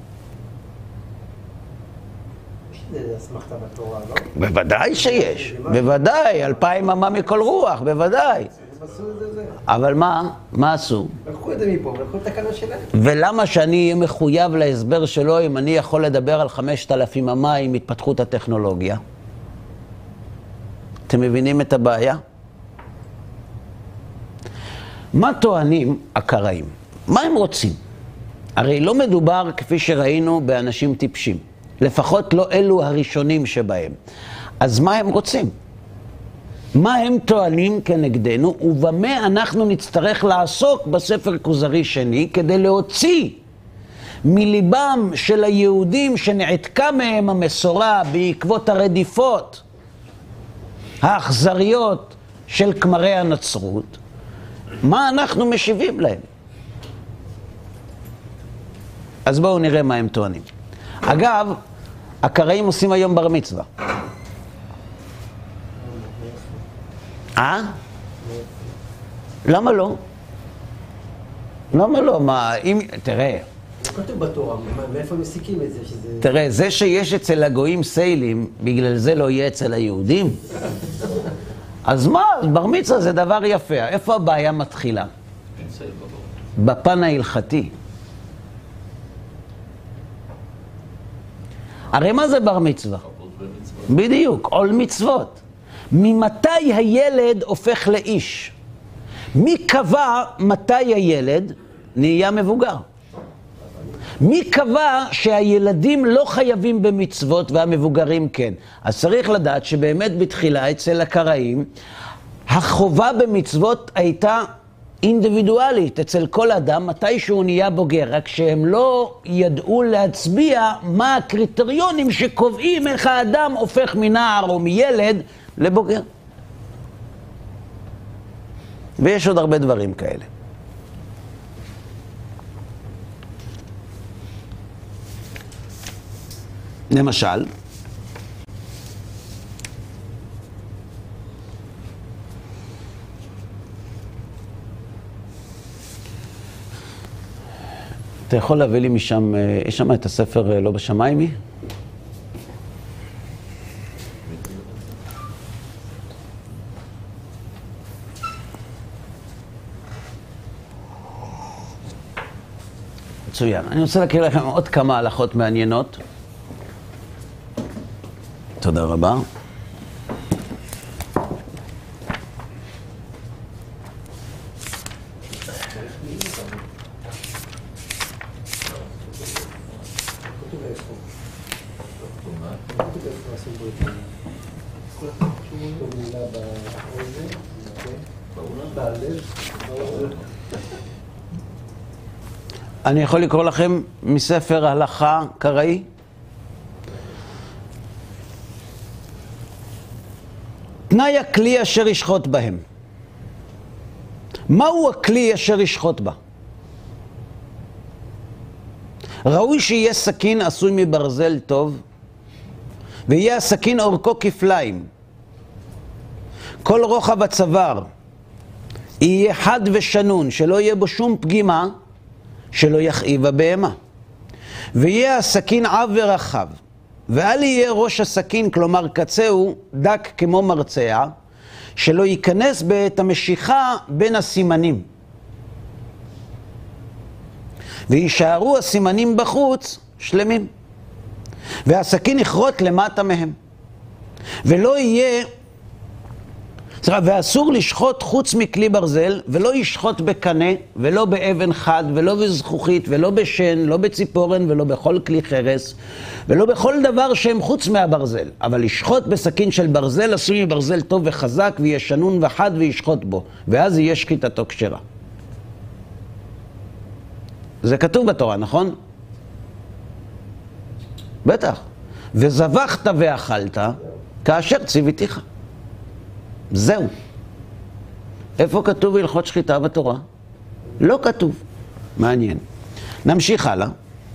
זה אסמכת בתורה, לא? בוודאי שיש. בוודאי. 2000 אמה מכל רוח. בוודאי. אבל מה עשו? לקחו את זה מפה, לקחו את התקנה שלהם. ולמה שאני אהיה מחויב להסבר שלו אם אני יכול לדבר על 5000 אמה עם התפתחות הטכנולוגיה? אתם מבינים את הבעיה? מה טוענים הקראים? מה הם רוצים? הרי לא מדובר, כפי שראינו, באנשים טיפשים. לפחות לא אלו הראשונים שבהם. אז מה הם רוצים? מה הם טוענים כנגדנו, ובמה אנחנו נצטרך לעסוק בספר כוזרי שני, כדי להוציא מליבם של היהודים שנעתקה מהם המסורה בעקבות הרדיפות האכזריות של כמרי הנצרות, מה אנחנו משיבים להם? אז בואו נראה מה הם טוענים. אגב, הקראים עושים היום בר מצווה. למה לא? למה לא? תראה. כתוב בתורה, מאיפה מסיקים את זה? תראה, זה שיש אצל הגויים סיילים, בגלל זה לא יהיה אצל היהודים? אז מה? בר מצווה זה דבר יפה. איפה הבעיה מתחילה? בפן ההלכתי. הרי מה זה בר מצווה? בדיוק, עול מצוות. ממתי הילד הופך לאיש? מי קבע מתי הילד נהיה מבוגר? מי קבע שהילדים לא חייבים במצוות והמבוגרים כן? אז צריך לדעת שבאמת בתחילה אצל הקראים, החובה במצוות הייתה אינדיבידואלית אצל כל אדם מתי שהוא נהיה בוגר, רק שהם לא ידעו להצביע מה הקריטריונים שקובעים איך האדם הופך מנער או מילד לבוגר. ויש עוד הרבה דברים כאלה. למשל, אתה יכול להביא לי משם, יש שם את הספר לא בשמיימי? מצוין. אני רוצה להכיר לכם עוד כמה הלכות מעניינות. תודה רבה. אני יכול לקרוא לכם מספר הלכה קראי? תנאי הכלי אשר ישחוט בהם. מהו הכלי אשר ישחוט בה? ראוי שיהיה סכין עשוי מברזל טוב, ויהיה הסכין אורכו כפליים. כל רוחב הצוואר יהיה חד ושנון, שלא יהיה בו שום פגימה, שלא יכאיב הבהמה. ויהיה הסכין עב ורחב, ואל יהיה ראש הסכין, כלומר קצהו, דק כמו מרצע, שלא ייכנס בעת המשיכה בין הסימנים. וישארו הסימנים בחוץ שלמים. והסכין יכרות למטה מהם. ולא יהיה, ואסור לשחוט חוץ מכלי ברזל, ולא ישחוט בקנה, ולא באבן חד, ולא בזכוכית, ולא בשן, לא בציפורן, ולא בכל כלי חרס, ולא בכל דבר שהם חוץ מהברזל. אבל לשחוט בסכין של ברזל, עשוי מברזל טוב וחזק, ויהיה שנון וחד וישחוט בו, ואז יהיה שחיטתו כשרה. זה כתוב בתורה, נכון? בטח. וזבחת ואכלת, כאשר ציוויתיך. זהו. איפה כתוב הלכות שחיטה בתורה? לא כתוב. מעניין. נמשיך הלאה.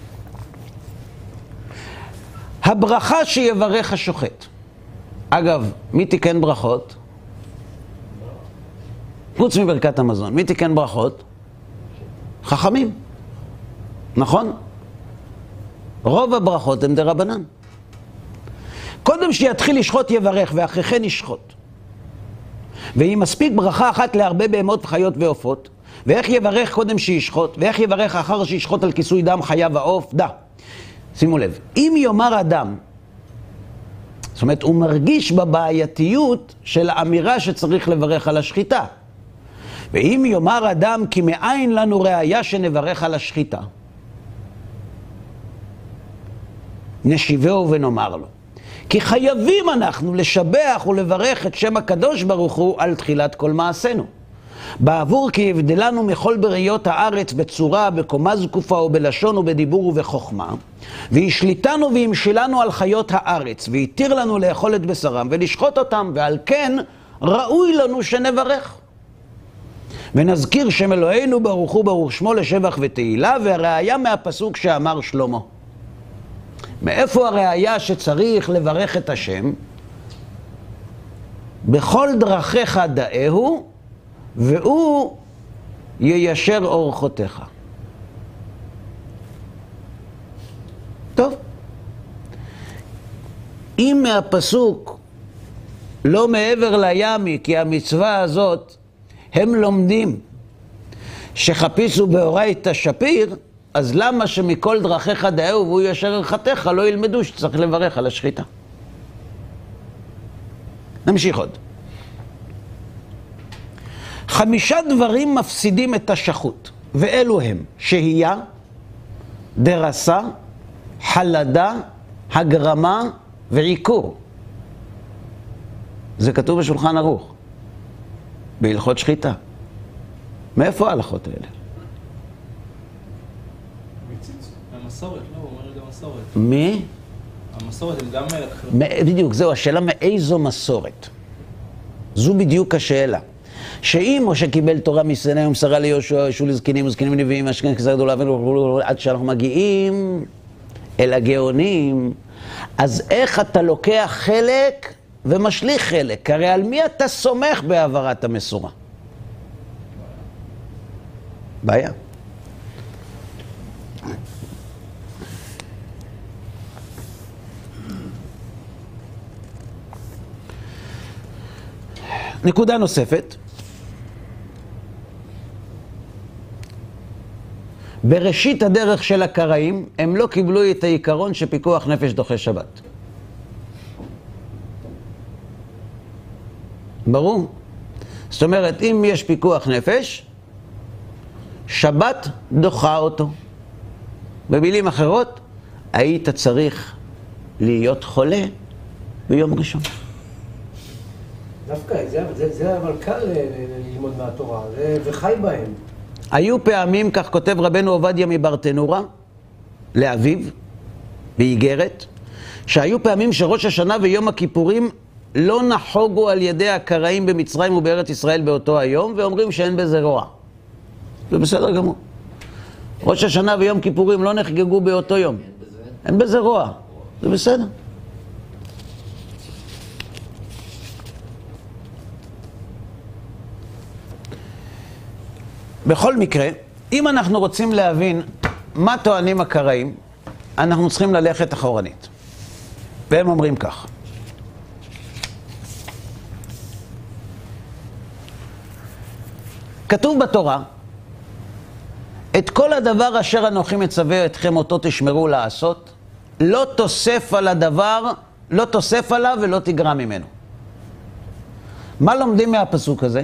הברכה שיברך השוחט. אגב, מי תיקן ברכות? חוץ מברכת המזון. מי תיקן ברכות? חכמים. נכון? רוב הברכות הם דרבנן. קודם שיתחיל לשחוט יברך ואחרי כן ישחוט. ואם מספיק ברכה אחת להרבה בהמות וחיות ועופות, ואיך יברך קודם שישחוט, ואיך יברך אחר שישחוט על כיסוי דם חיה ועוף, דע. שימו לב, אם יאמר אדם, זאת אומרת, הוא מרגיש בבעייתיות של האמירה שצריך לברך על השחיטה. ואם יאמר אדם כי מאין לנו ראיה שנברך על השחיטה, נשיבהו ונאמר לו. כי חייבים אנחנו לשבח ולברך את שם הקדוש ברוך הוא על תחילת כל מעשינו. בעבור כי הבדלנו מכל בריות הארץ בצורה, בקומה זקופה ובלשון ובדיבור ובחוכמה, והשליטנו והמשילנו על חיות הארץ, והתיר לנו לאכול את בשרם ולשחוט אותם, ועל כן ראוי לנו שנברך. ונזכיר שם אלוהינו ברוך הוא ברוך שמו לשבח ותהילה, והראיה מהפסוק שאמר שלמה. מאיפה הראיה שצריך לברך את השם? בכל דרכיך דאהו, והוא יישר אורחותיך. טוב. אם מהפסוק לא מעבר לימי, כי המצווה הזאת, הם לומדים שחפיסו באורייתא שפיר, אז למה שמכל דרכיך דאהו והוא יישר אורחותיך לא ילמדו שצריך לברך על השחיטה? נמשיך עוד. 5 דברים מפסידים את השחות, ואלו הם שהייה, דרסה, חלדה, הגרמה ועיקור. זה כתוב בשולחן ערוך, בהלכות שחיטה. מאיפה ההלכות האלה? המסורת, לא, הוא אומר גם מסורת. מי? המסורת הם גם... בדיוק, זהו, השאלה מאיזו מסורת. זו בדיוק השאלה. שאם משה קיבל תורה מסיני ומסרה ליהושע, יהושע לזקנים וזקנים ונביאים, אשכנז כזר גדולה עד שאנחנו מגיעים אל הגאונים, אז איך אתה לוקח חלק ומשליך חלק? הרי על מי אתה סומך בהעברת המסורה? בעיה. נקודה נוספת. בראשית הדרך של הקראים, הם לא קיבלו את העיקרון שפיקוח נפש דוחה שבת. ברור? זאת אומרת, אם יש פיקוח נפש, שבת דוחה אותו. במילים אחרות, היית צריך להיות חולה ביום ראשון. דווקא, זה אבל קל ללמוד מהתורה, וחי בהם. היו פעמים, כך כותב רבנו עובדיה מברטנורה, לאביו, באיגרת, שהיו פעמים שראש השנה ויום הכיפורים לא נחוגו על ידי הקראים במצרים ובארץ ישראל באותו היום, ואומרים שאין בזה רוע. זה בסדר גמור. ראש השנה ויום כיפורים לא נחגגו באותו יום. אין בזה רוע. זה בסדר. בכל מקרה, אם אנחנו רוצים להבין מה טוענים הקראים, אנחנו צריכים ללכת אחורנית. והם אומרים כך. כתוב בתורה, את כל הדבר אשר אנוכי מצווה אתכם אותו תשמרו לעשות, לא תוסף על הדבר, לא תוסף עליו ולא תגרע ממנו. מה לומדים מהפסוק הזה?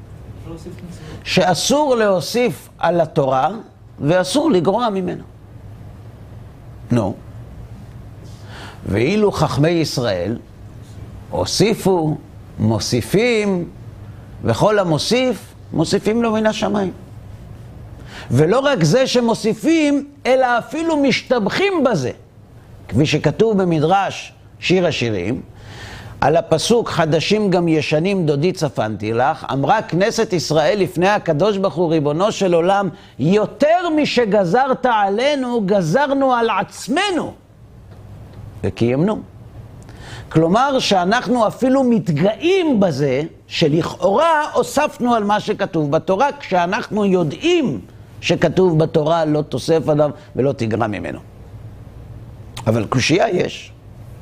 שאסור להוסיף על התורה ואסור לגרוע ממנו. נו. ואילו חכמי ישראל הוסיפו, מוסיפים, וכל המוסיף, מוסיפים לו מן השמיים. ולא רק זה שמוסיפים, אלא אפילו משתבחים בזה. כפי שכתוב במדרש שיר השירים, על הפסוק חדשים גם ישנים דודי צפנתי לך, אמרה כנסת ישראל לפני הקדוש ברוך הוא ריבונו של עולם, יותר משגזרת עלינו, גזרנו על עצמנו וקיימנו. כלומר שאנחנו אפילו מתגאים בזה שלכאורה הוספנו על מה שכתוב בתורה, כשאנחנו יודעים שכתוב בתורה לא תוסף עליו ולא תגרע ממנו. אבל קושיה יש.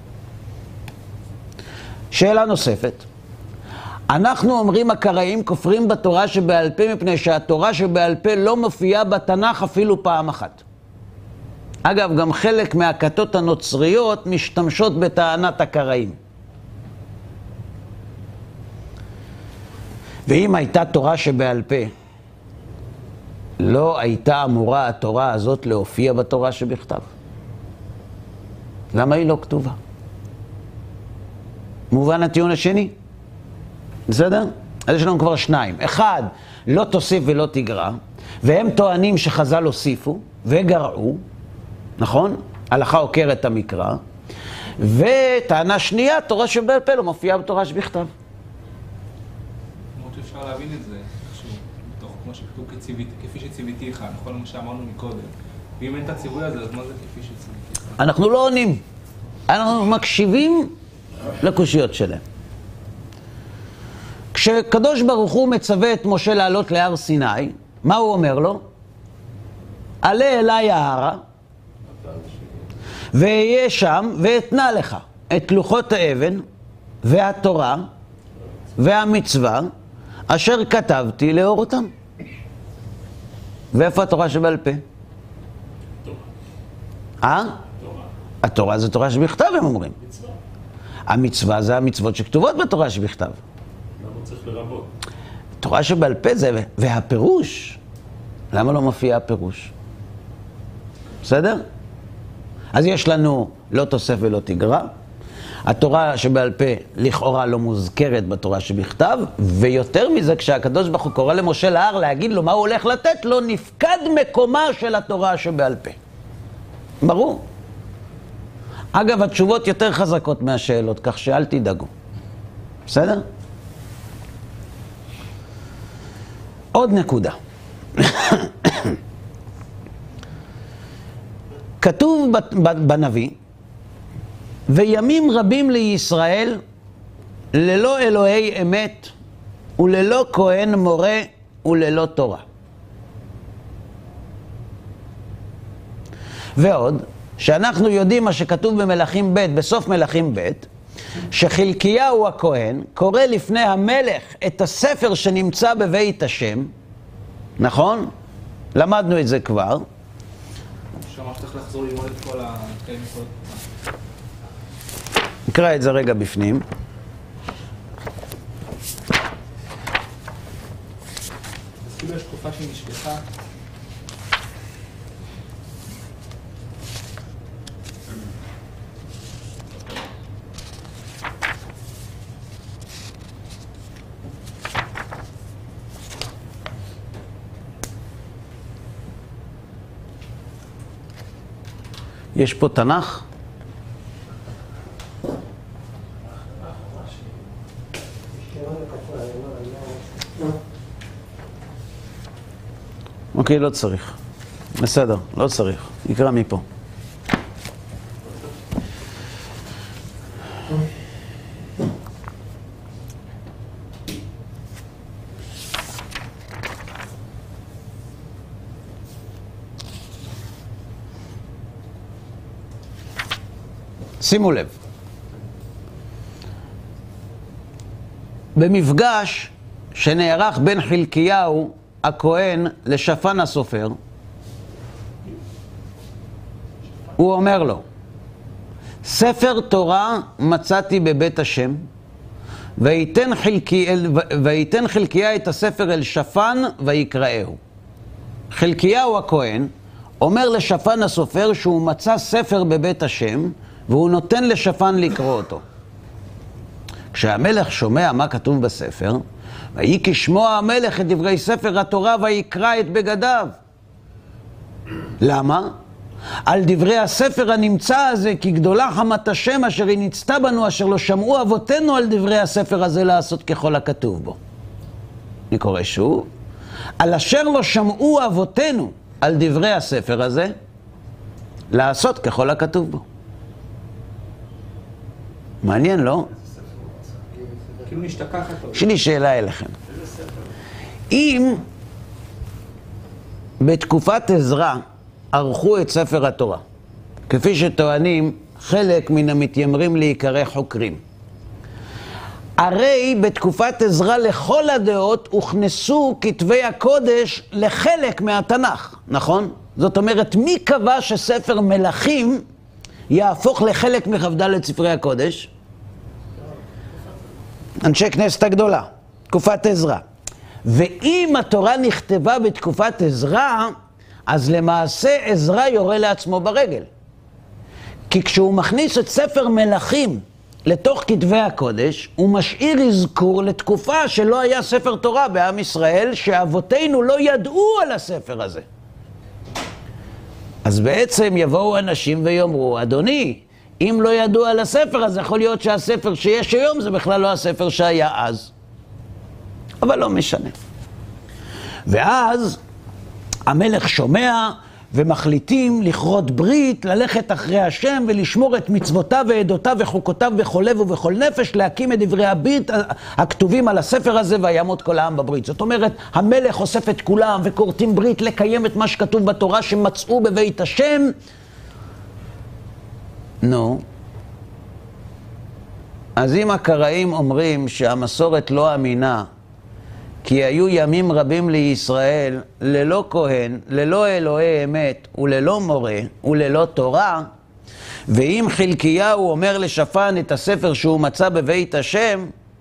שאלה נוספת. אנחנו אומרים הקראים כופרים בתורה שבעל פה מפני שהתורה שבעל פה לא מופיעה בתנ"ך אפילו פעם אחת. אגב, גם חלק מהכתות הנוצריות משתמשות בטענת הקראים. ואם הייתה תורה שבעל פה, לא הייתה אמורה התורה הזאת להופיע בתורה שבכתב. למה היא לא כתובה? מובן הטיעון השני? בסדר? אז יש לנו כבר שניים. אחד, לא תוסיף ולא תגרע, והם טוענים שחז"ל הוסיפו וגרעו, נכון? הלכה עוקרת המקרא. וטענה שנייה, תורה שבעל פה לא מופיעה בתורה שבכתב. למרות שאפשר להבין את זה, איכשהו, כמו שכתוב כפי שציוויתי לך, נכון מה שאמרנו מקודם. ואם אין את הציווי הזה, אז מה זה כפי שציוויתי לך? אנחנו לא עונים. אנחנו מקשיבים לקושיות שלהם. כשקדוש ברוך הוא מצווה את משה לעלות להר סיני, מה הוא אומר לו? עלה אליי ההרה, ואהיה שם, ואתנה לך את לוחות האבן, והתורה, והמצווה, אשר כתבתי לאור אותם. ואיפה התורה שבעל פה? תורה. התורה זה תורה שבכתב, הם אומרים. המצווה זה המצוות שכתובות בתורה שבכתב. למה צריך לרבות? תורה שבעל פה זה, והפירוש, למה לא מופיע הפירוש? בסדר? אז יש לנו לא תוסף ולא תגרע. התורה שבעל פה לכאורה לא מוזכרת בתורה שבכתב, ויותר מזה, כשהקדוש ברוך הוא קורא למשה להר להגיד לו מה הוא הולך לתת לו, נפקד מקומה של התורה שבעל פה. ברור. אגב, התשובות יותר חזקות מהשאלות, כך שאל תדאגו. בסדר? עוד נקודה. כתוב בנביא, וימים רבים לישראל ללא אלוהי אמת וללא כהן מורה וללא תורה. ועוד, שאנחנו יודעים מה שכתוב במלכים ב', בסוף מלכים ב', שחלקיהו הכהן קורא לפני המלך את הספר שנמצא בבית השם, נכון? למדנו את זה כבר. שמע שצריך לחזור ללמוד את כל הקטעים מכל... נקרא את זה רגע בפנים. אז כאילו יש תקופה שהיא נשכחה. יש פה תנ"ך? אוקיי, לא צריך. בסדר, לא צריך. נקרא מפה. שימו לב. במפגש שנערך בין חלקיהו הכהן לשפן הסופר, הוא אומר לו, ספר תורה מצאתי בבית השם, ויתן חלקיה את הספר אל שפן ויקראהו. חלקיהו הכהן אומר לשפן הסופר שהוא מצא ספר בבית השם, והוא נותן לשפן לקרוא אותו. כשהמלך שומע מה כתוב בספר, ויהי כשמוע המלך את דברי ספר התורה ויקרא את בגדיו. למה? על דברי הספר הנמצא הזה, כי גדולה חמת השם אשר היא נצתה בנו, אשר לא שמעו אבותינו על דברי הספר הזה לעשות ככל הכתוב בו. אני קורא שוב. על אשר לא שמעו אבותינו על דברי הספר הזה, לעשות ככל הכתוב בו. מעניין, לא? כאילו נשתכחת. יש לי שאלה אליכם. אם בתקופת עזרא ערכו את ספר התורה, כפי שטוענים חלק מן המתיימרים להיקרא חוקרים, הרי בתקופת עזרא לכל הדעות הוכנסו כתבי הקודש לחלק מהתנ"ך, נכון? זאת אומרת, מי קבע שספר מלכים יהפוך לחלק מכ"ד ספרי הקודש? אנשי כנסת הגדולה, תקופת עזרא. ואם התורה נכתבה בתקופת עזרא, אז למעשה עזרא יורה לעצמו ברגל. כי כשהוא מכניס את ספר מלכים לתוך כתבי הקודש, הוא משאיר אזכור לתקופה שלא היה ספר תורה בעם ישראל, שאבותינו לא ידעו על הספר הזה. אז בעצם יבואו אנשים ויאמרו, אדוני, אם לא ידעו על הספר, אז יכול להיות שהספר שיש היום זה בכלל לא הספר שהיה אז. אבל לא משנה. ואז המלך שומע ומחליטים לכרות ברית, ללכת אחרי השם ולשמור את מצוותיו ועדותיו וחוקותיו בכל לב ובכל נפש, להקים את דברי הברית הכתובים על הספר הזה ויעמוד כל העם בברית. זאת אומרת, המלך אוסף את כולם וכורתים ברית לקיים את מה שכתוב בתורה שמצאו בבית השם. נו, אז אם הקראים אומרים שהמסורת לא אמינה, כי היו ימים רבים לישראל ללא כהן, ללא אלוהי אמת וללא מורה וללא תורה, ואם חלקיהו אומר לשפן את הספר שהוא מצא בבית השם,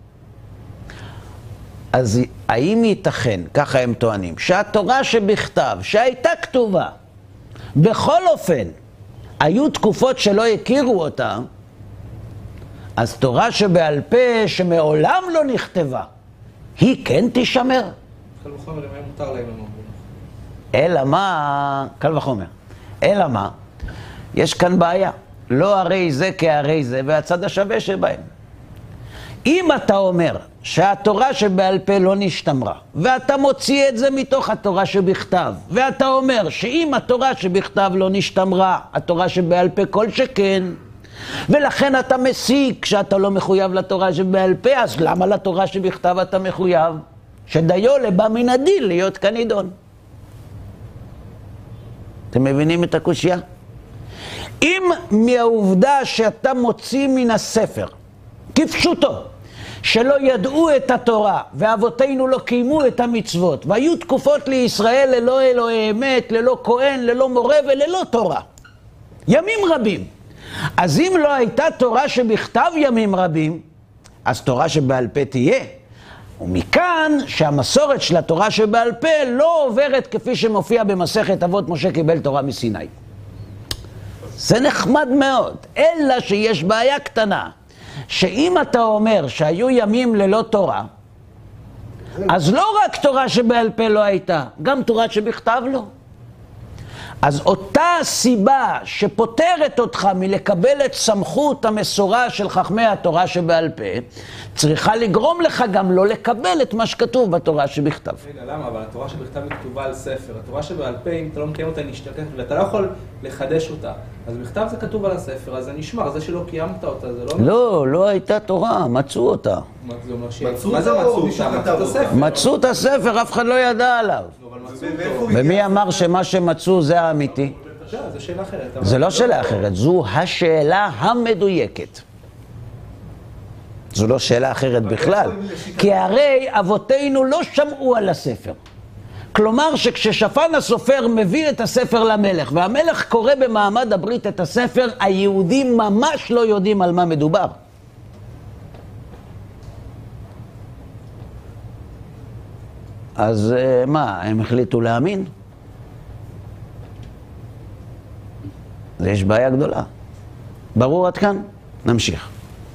אז האם ייתכן, ככה הם טוענים, שהתורה שבכתב, שהייתה כתובה, בכל אופן, היו תקופות שלא הכירו אותה, אז תורה שבעל פה שמעולם לא נכתבה, היא כן תשמר. קל וחומר, אם היה מותר להם למות. אלא מה, קל וחומר, אלא מה, יש כאן בעיה, לא הרי זה כהרי זה והצד השווה שבהם. אם אתה אומר שהתורה שבעל פה לא נשתמרה, ואתה מוציא את זה מתוך התורה שבכתב, ואתה אומר שאם התורה שבכתב לא נשתמרה, התורה שבעל פה כל שכן, ולכן אתה מסיק שאתה לא מחויב לתורה שבעל פה, אז למה לתורה שבכתב אתה מחויב? שדיו לבא מן הדין להיות כנידון. אתם מבינים את הקושיה? אם מהעובדה שאתה מוציא מן הספר, כפשוטו, שלא ידעו את התורה, ואבותינו לא קיימו את המצוות, והיו תקופות לישראל ללא אלוהי אמת, ללא כהן, ללא מורה וללא תורה. ימים רבים. אז אם לא הייתה תורה שבכתב ימים רבים, אז תורה שבעל פה תהיה. ומכאן שהמסורת של התורה שבעל פה לא עוברת כפי שמופיע במסכת אבות משה קיבל תורה מסיני. זה נחמד מאוד, אלא שיש בעיה קטנה, שאם אתה אומר שהיו ימים ללא תורה, אז לא רק תורה שבעל פה לא הייתה, גם תורה שבכתב לא. אז אותה סיבה שפותרת אותך מלקבל את סמכות המסורה של חכמי התורה שבעל פה, צריכה לגרום לך גם לא לקבל את מה שכתוב בתורה שבכתב. רגע, למה? אבל התורה שבכתב היא כתובה על ספר. התורה שבעל פה, אם אתה לא מקיים אותה, נשתקף, ואתה לא יכול לחדש אותה. אז בכתב זה כתוב על הספר, אז זה נשמר. זה שלא קיימת אותה, זה לא... לא, לא הייתה תורה, מצאו אותה. מה זה מצאו אותה? מצאו את הספר, אף אחד לא ידע עליו. ומי אמר שמה שמצאו זה האמיתי? זו שאלה אחרת. זה לא שאלה אחרת, זו השאלה המדויקת. זו לא שאלה אחרת בכלל. כי הרי אבותינו לא שמעו על הספר. כלומר שכששפן הסופר מביא את הספר למלך, והמלך קורא במעמד הברית את הספר, היהודים ממש לא יודעים על מה מדובר. אז מה, הם החליטו להאמין? אז יש בעיה גדולה. ברור עד כאן? נמשיך.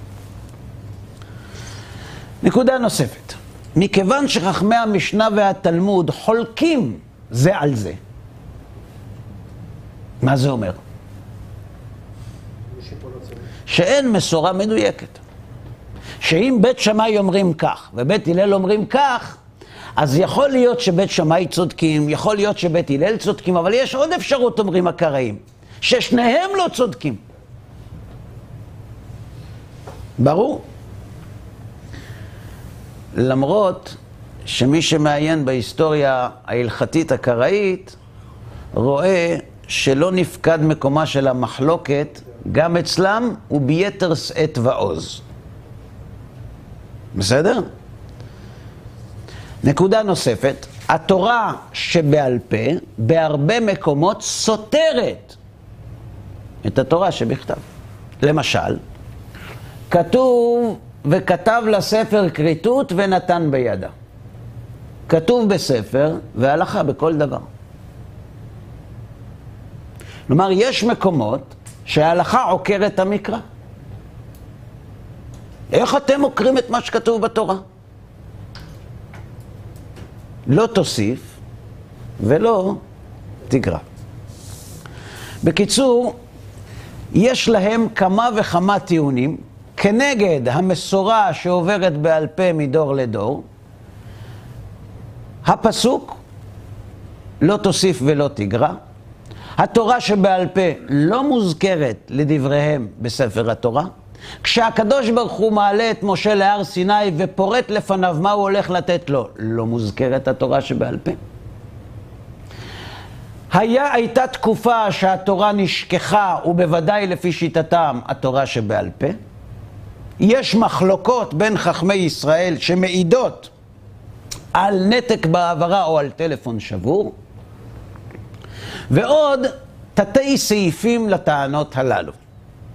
נקודה נוספת. מכיוון שחכמי המשנה והתלמוד חולקים זה על זה. מה זה אומר? שאין מסורה מדויקת. שאם בית שמאי אומרים כך ובית הלל אומרים כך, אז יכול להיות שבית שמאי צודקים, יכול להיות שבית הלל צודקים, אבל יש עוד אפשרות, אומרים הקראים, ששניהם לא צודקים. ברור? למרות שמי שמעיין בהיסטוריה ההלכתית הקראית, רואה שלא נפקד מקומה של המחלוקת גם אצלם וביתר שאת ועוז. בסדר? נקודה נוספת, התורה שבעל פה בהרבה מקומות סותרת את התורה שבכתב. למשל, כתוב וכתב לספר כריתות ונתן בידה. כתוב בספר והלכה בכל דבר. כלומר, יש מקומות שההלכה עוקרת המקרא. איך אתם עוקרים את מה שכתוב בתורה? לא תוסיף ולא תגרע. בקיצור, יש להם כמה וכמה טיעונים כנגד המסורה שעוברת בעל פה מדור לדור. הפסוק, לא תוסיף ולא תגרע. התורה שבעל פה לא מוזכרת לדבריהם בספר התורה. כשהקדוש ברוך הוא מעלה את משה להר סיני ופורט לפניו מה הוא הולך לתת לו, לא מוזכרת התורה שבעל פה. הייתה תקופה שהתורה נשכחה, ובוודאי לפי שיטתם התורה שבעל פה. יש מחלוקות בין חכמי ישראל שמעידות על נתק בעברה או על טלפון שבור, ועוד תתי סעיפים לטענות הללו.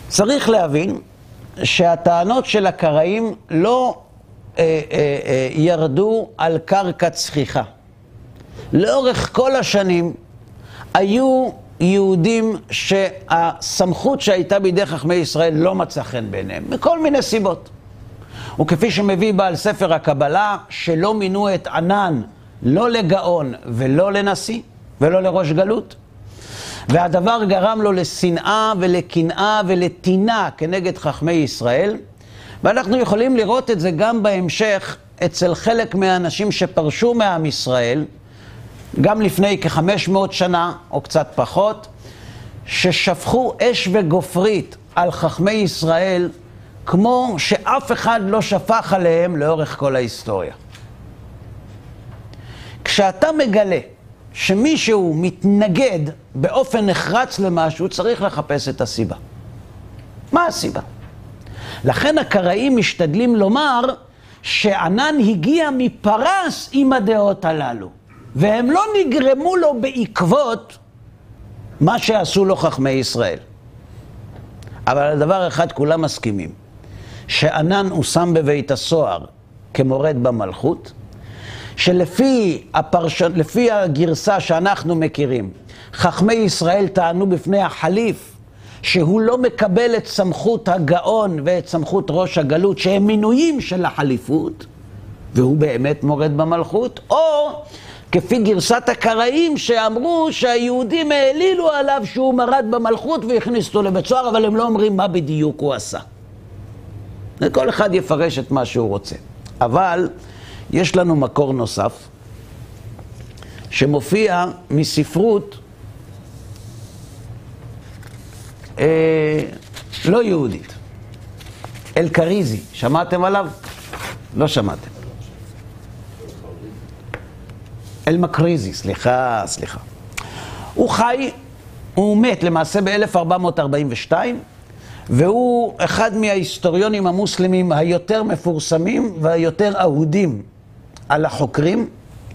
צריך להבין שהטענות של הקראים לא ירדו על קרקע צחיחה. לאורך כל השנים היו יהודים שהסמכות שהייתה בידי חכמי ישראל לא מצא חן בעיניהם, מכל מיני סיבות. וכפי שמביא בעל ספר הקבלה, שלא מינו את ענן לא לגאון ולא לנשיא ולא לראש גלות, והדבר גרם לו לשנאה ולקנאה ולטינה כנגד חכמי ישראל, ואנחנו יכולים לראות את זה גם בהמשך אצל חלק מהאנשים שפרשו מעם ישראל, גם לפני כ-500 שנה או קצת פחות, ששפכו אש וגופרית על חכמי ישראל, כמו שאף אחד לא שפך עליהם לאורך כל ההיסטוריה. כשאתה מגלה שמישהו מתנגד באופן נחרץ למשהו, צריך לחפש את הסיבה. מה הסיבה? לכן הקראים משתדלים לומר שענן הגיע מפרס עם הדעות הללו, והם לא נגרמו לו בעקבות מה שעשו לו חכמי ישראל. אבל על דבר אחד כולם מסכימים, שענן הוא שם בבית הסוהר כמורד במלכות, שלפי הגרסה שאנחנו מכירים, חכמי ישראל טענו בפני החליף שהוא לא מקבל את סמכות הגאון ואת סמכות ראש הגלות, שהם מינויים של החליפות, והוא באמת מורד במלכות, או כפי גרסת הקראים שאמרו שהיהודים העלילו עליו שהוא מרד במלכות והכניסו אותו לבית סוהר, אבל הם לא אומרים מה בדיוק הוא עשה. כל אחד יפרש את מה שהוא רוצה. אבל יש לנו מקור נוסף שמופיע מספרות לא יהודית. אל-קריזי, שמעתם עליו? לא שמעתם. אל-מקריזי, סליחה. הוא חי, הוא מת למעשה ב-1442, והוא אחד מההיסטוריונים המוסלמים היותר מפורסמים והיותר אהודים על החוקרים.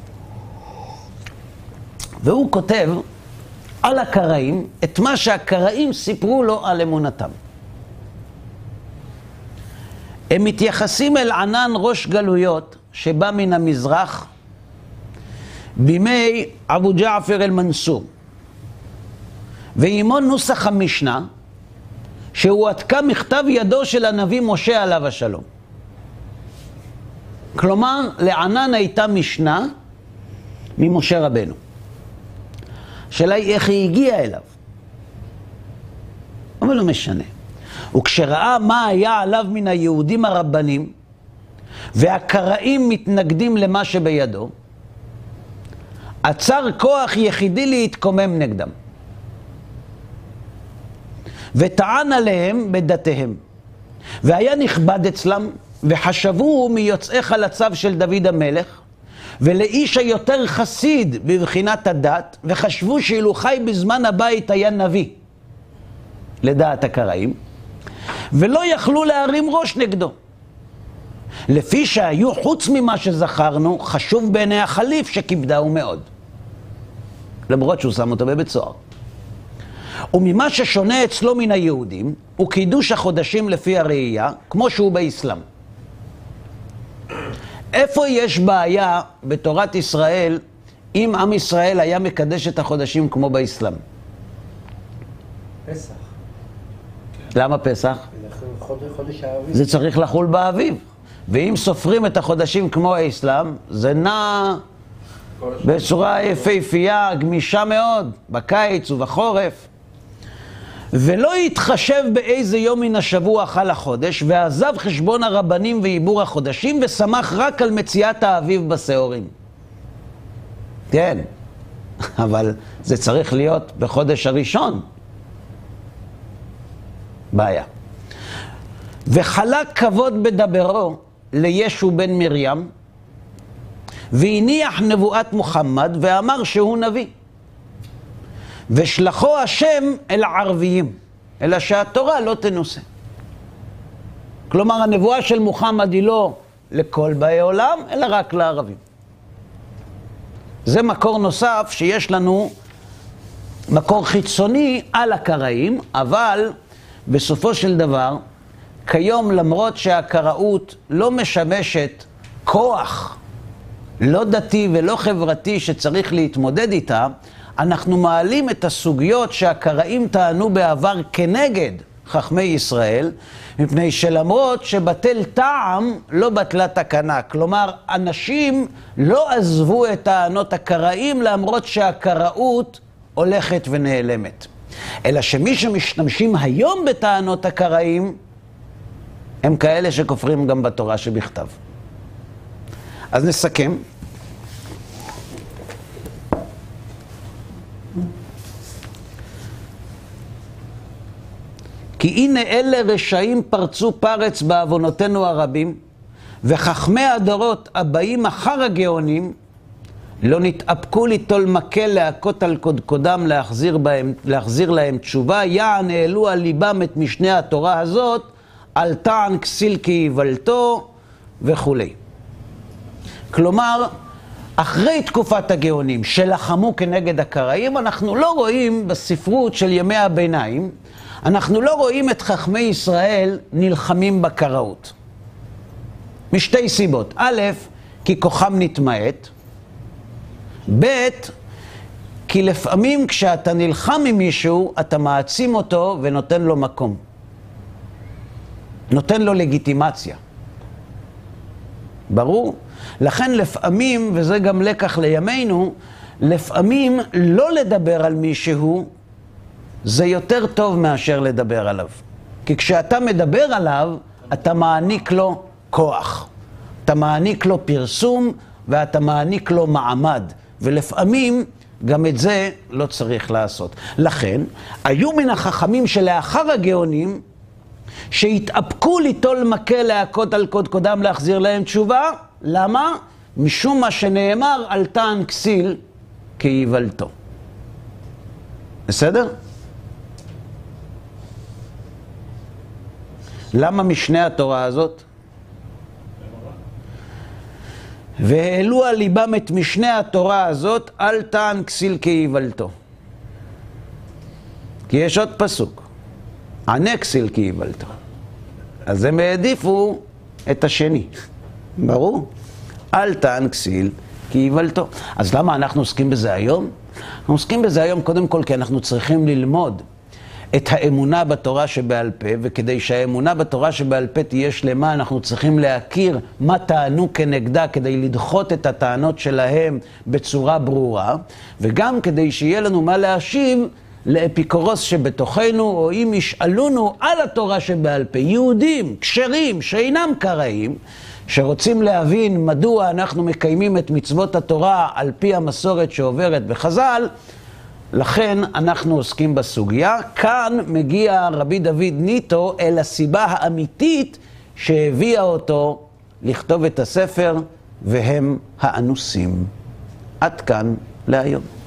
והוא כותב על הקראים את מה שהקראים סיפרו לו על אמונתם. הם מתייחסים אל ענן ראש גלויות שבא מן המזרח בימי אבו ג'עפר אל-מנסור, ועימו נוסח המשנה שהוא עתקה מכתב ידו של הנביא משה עליו השלום. כלומר, לענן הייתה משנה ממשה רבנו. השאלה היא איך היא הגיעה אליו. אבל לא משנה. וכשראה מה היה עליו מן היהודים הרבנים, והקראים מתנגדים למה שבידו, עצר כוח יחידי להתקומם נגדם. וטען עליהם בדתיהם. והיה נכבד אצלם, וחשבו מיוצאי חלציו של דוד המלך, ולאיש היותר חסיד בבחינת הדת, וחשבו שאילו חי בזמן הבית היה נביא, לדעת הקראים, ולא יכלו להרים ראש נגדו. לפי שהיו חוץ ממה שזכרנו, חשוב בעיני החליף שכיבדהו מאוד. למרות שהוא שם אותו בבית סוהר. וממה ששונה אצלו מן היהודים, הוא קידוש החודשים לפי הראייה, כמו שהוא באסלאם. איפה יש בעיה בתורת ישראל אם עם ישראל היה מקדש את החודשים כמו באסלאם? פסח. למה פסח? חודש האביב. זה צריך לחול באביב. ואם סופרים את החודשים כמו האסלאם, זה נע בצורה יפהפייה, גמישה מאוד, בקיץ ובחורף. ולא יתחשב באיזה יום מן השבוע חל החודש, ועזב חשבון הרבנים ועיבור החודשים, ושמח רק על מציאת האביב בשעורים. כן, אבל זה צריך להיות בחודש הראשון. בעיה. וחלק כבוד בדברו לישו בן מרים, והניח נבואת מוחמד, ואמר שהוא נביא. ושלחו השם אל הערביים, אלא שהתורה לא תנוסה. כלומר, הנבואה של מוחמד היא לא לכל באי עולם, אלא רק לערבים. זה מקור נוסף שיש לנו, מקור חיצוני על הקראים, אבל בסופו של דבר, כיום למרות שהקראות לא משמשת כוח, לא דתי ולא חברתי שצריך להתמודד איתה, אנחנו מעלים את הסוגיות שהקראים טענו בעבר כנגד חכמי ישראל, מפני שלמרות שבטל טעם, לא בטלה תקנה. כלומר, אנשים לא עזבו את טענות הקראים למרות שהקראות הולכת ונעלמת. אלא שמי שמשתמשים היום בטענות הקראים, הם כאלה שכופרים גם בתורה שבכתב. אז נסכם. כי הנה אלה רשעים פרצו פרץ בעוונותינו הרבים, וחכמי הדורות הבאים אחר הגאונים, לא נתאפקו ליטול מקל להכות על קודקודם להחזיר להם תשובה, יען העלו על ליבם את משנה התורה הזאת, על טען כסיל כי יבלתו וכו'. כלומר, אחרי תקופת הגאונים שלחמו כנגד הקראים, אנחנו לא רואים בספרות של ימי הביניים, אנחנו לא רואים את חכמי ישראל נלחמים בקראות. משתי סיבות. א', כי כוחם נתמעט. ב', כי לפעמים כשאתה נלחם עם מישהו, אתה מעצים אותו ונותן לו מקום. נותן לו לגיטימציה. ברור? לכן לפעמים, וזה גם לקח לימינו, לפעמים לא לדבר על מישהו, זה יותר טוב מאשר לדבר עליו. כי כשאתה מדבר עליו, אתה מעניק לו כוח. אתה מעניק לו פרסום, ואתה מעניק לו מעמד. ולפעמים גם את זה לא צריך לעשות. לכן, היו מן החכמים שלאחר הגאונים, שהתאפקו ליטול מקל להכות על קודקודם להחזיר להם תשובה. למה? משום מה שנאמר על טען כסיל כי יבלתו. בסדר? למה משנה התורה הזאת? והעלו על ליבם את משנה התורה הזאת, אל טען כסיל כי יבלתו. כי יש עוד פסוק, ענה כסיל כי יבלתו. אז הם העדיפו את השני. ברור? אל טען כסיל כי יבלתו. אז למה אנחנו עוסקים בזה היום? אנחנו עוסקים בזה היום קודם כל כי אנחנו צריכים ללמוד את האמונה בתורה שבעל פה, וכדי שהאמונה בתורה שבעל פה תהיה שלמה, אנחנו צריכים להכיר מה טענו כנגדה, כדי לדחות את הטענות שלהם בצורה ברורה, וגם כדי שיהיה לנו מה להשיב לאפיקורוס שבתוכנו, או אם ישאלונו על התורה שבעל פה, יהודים, כשרים, שאינם קראים, שרוצים להבין מדוע אנחנו מקיימים את מצוות התורה על פי המסורת שעוברת בחז"ל, לכן אנחנו עוסקים בסוגיה. כאן מגיע רבי דוד ניטו אל הסיבה האמיתית שהביאה אותו לכתוב את הספר, והם האנוסים. עד כאן להיום.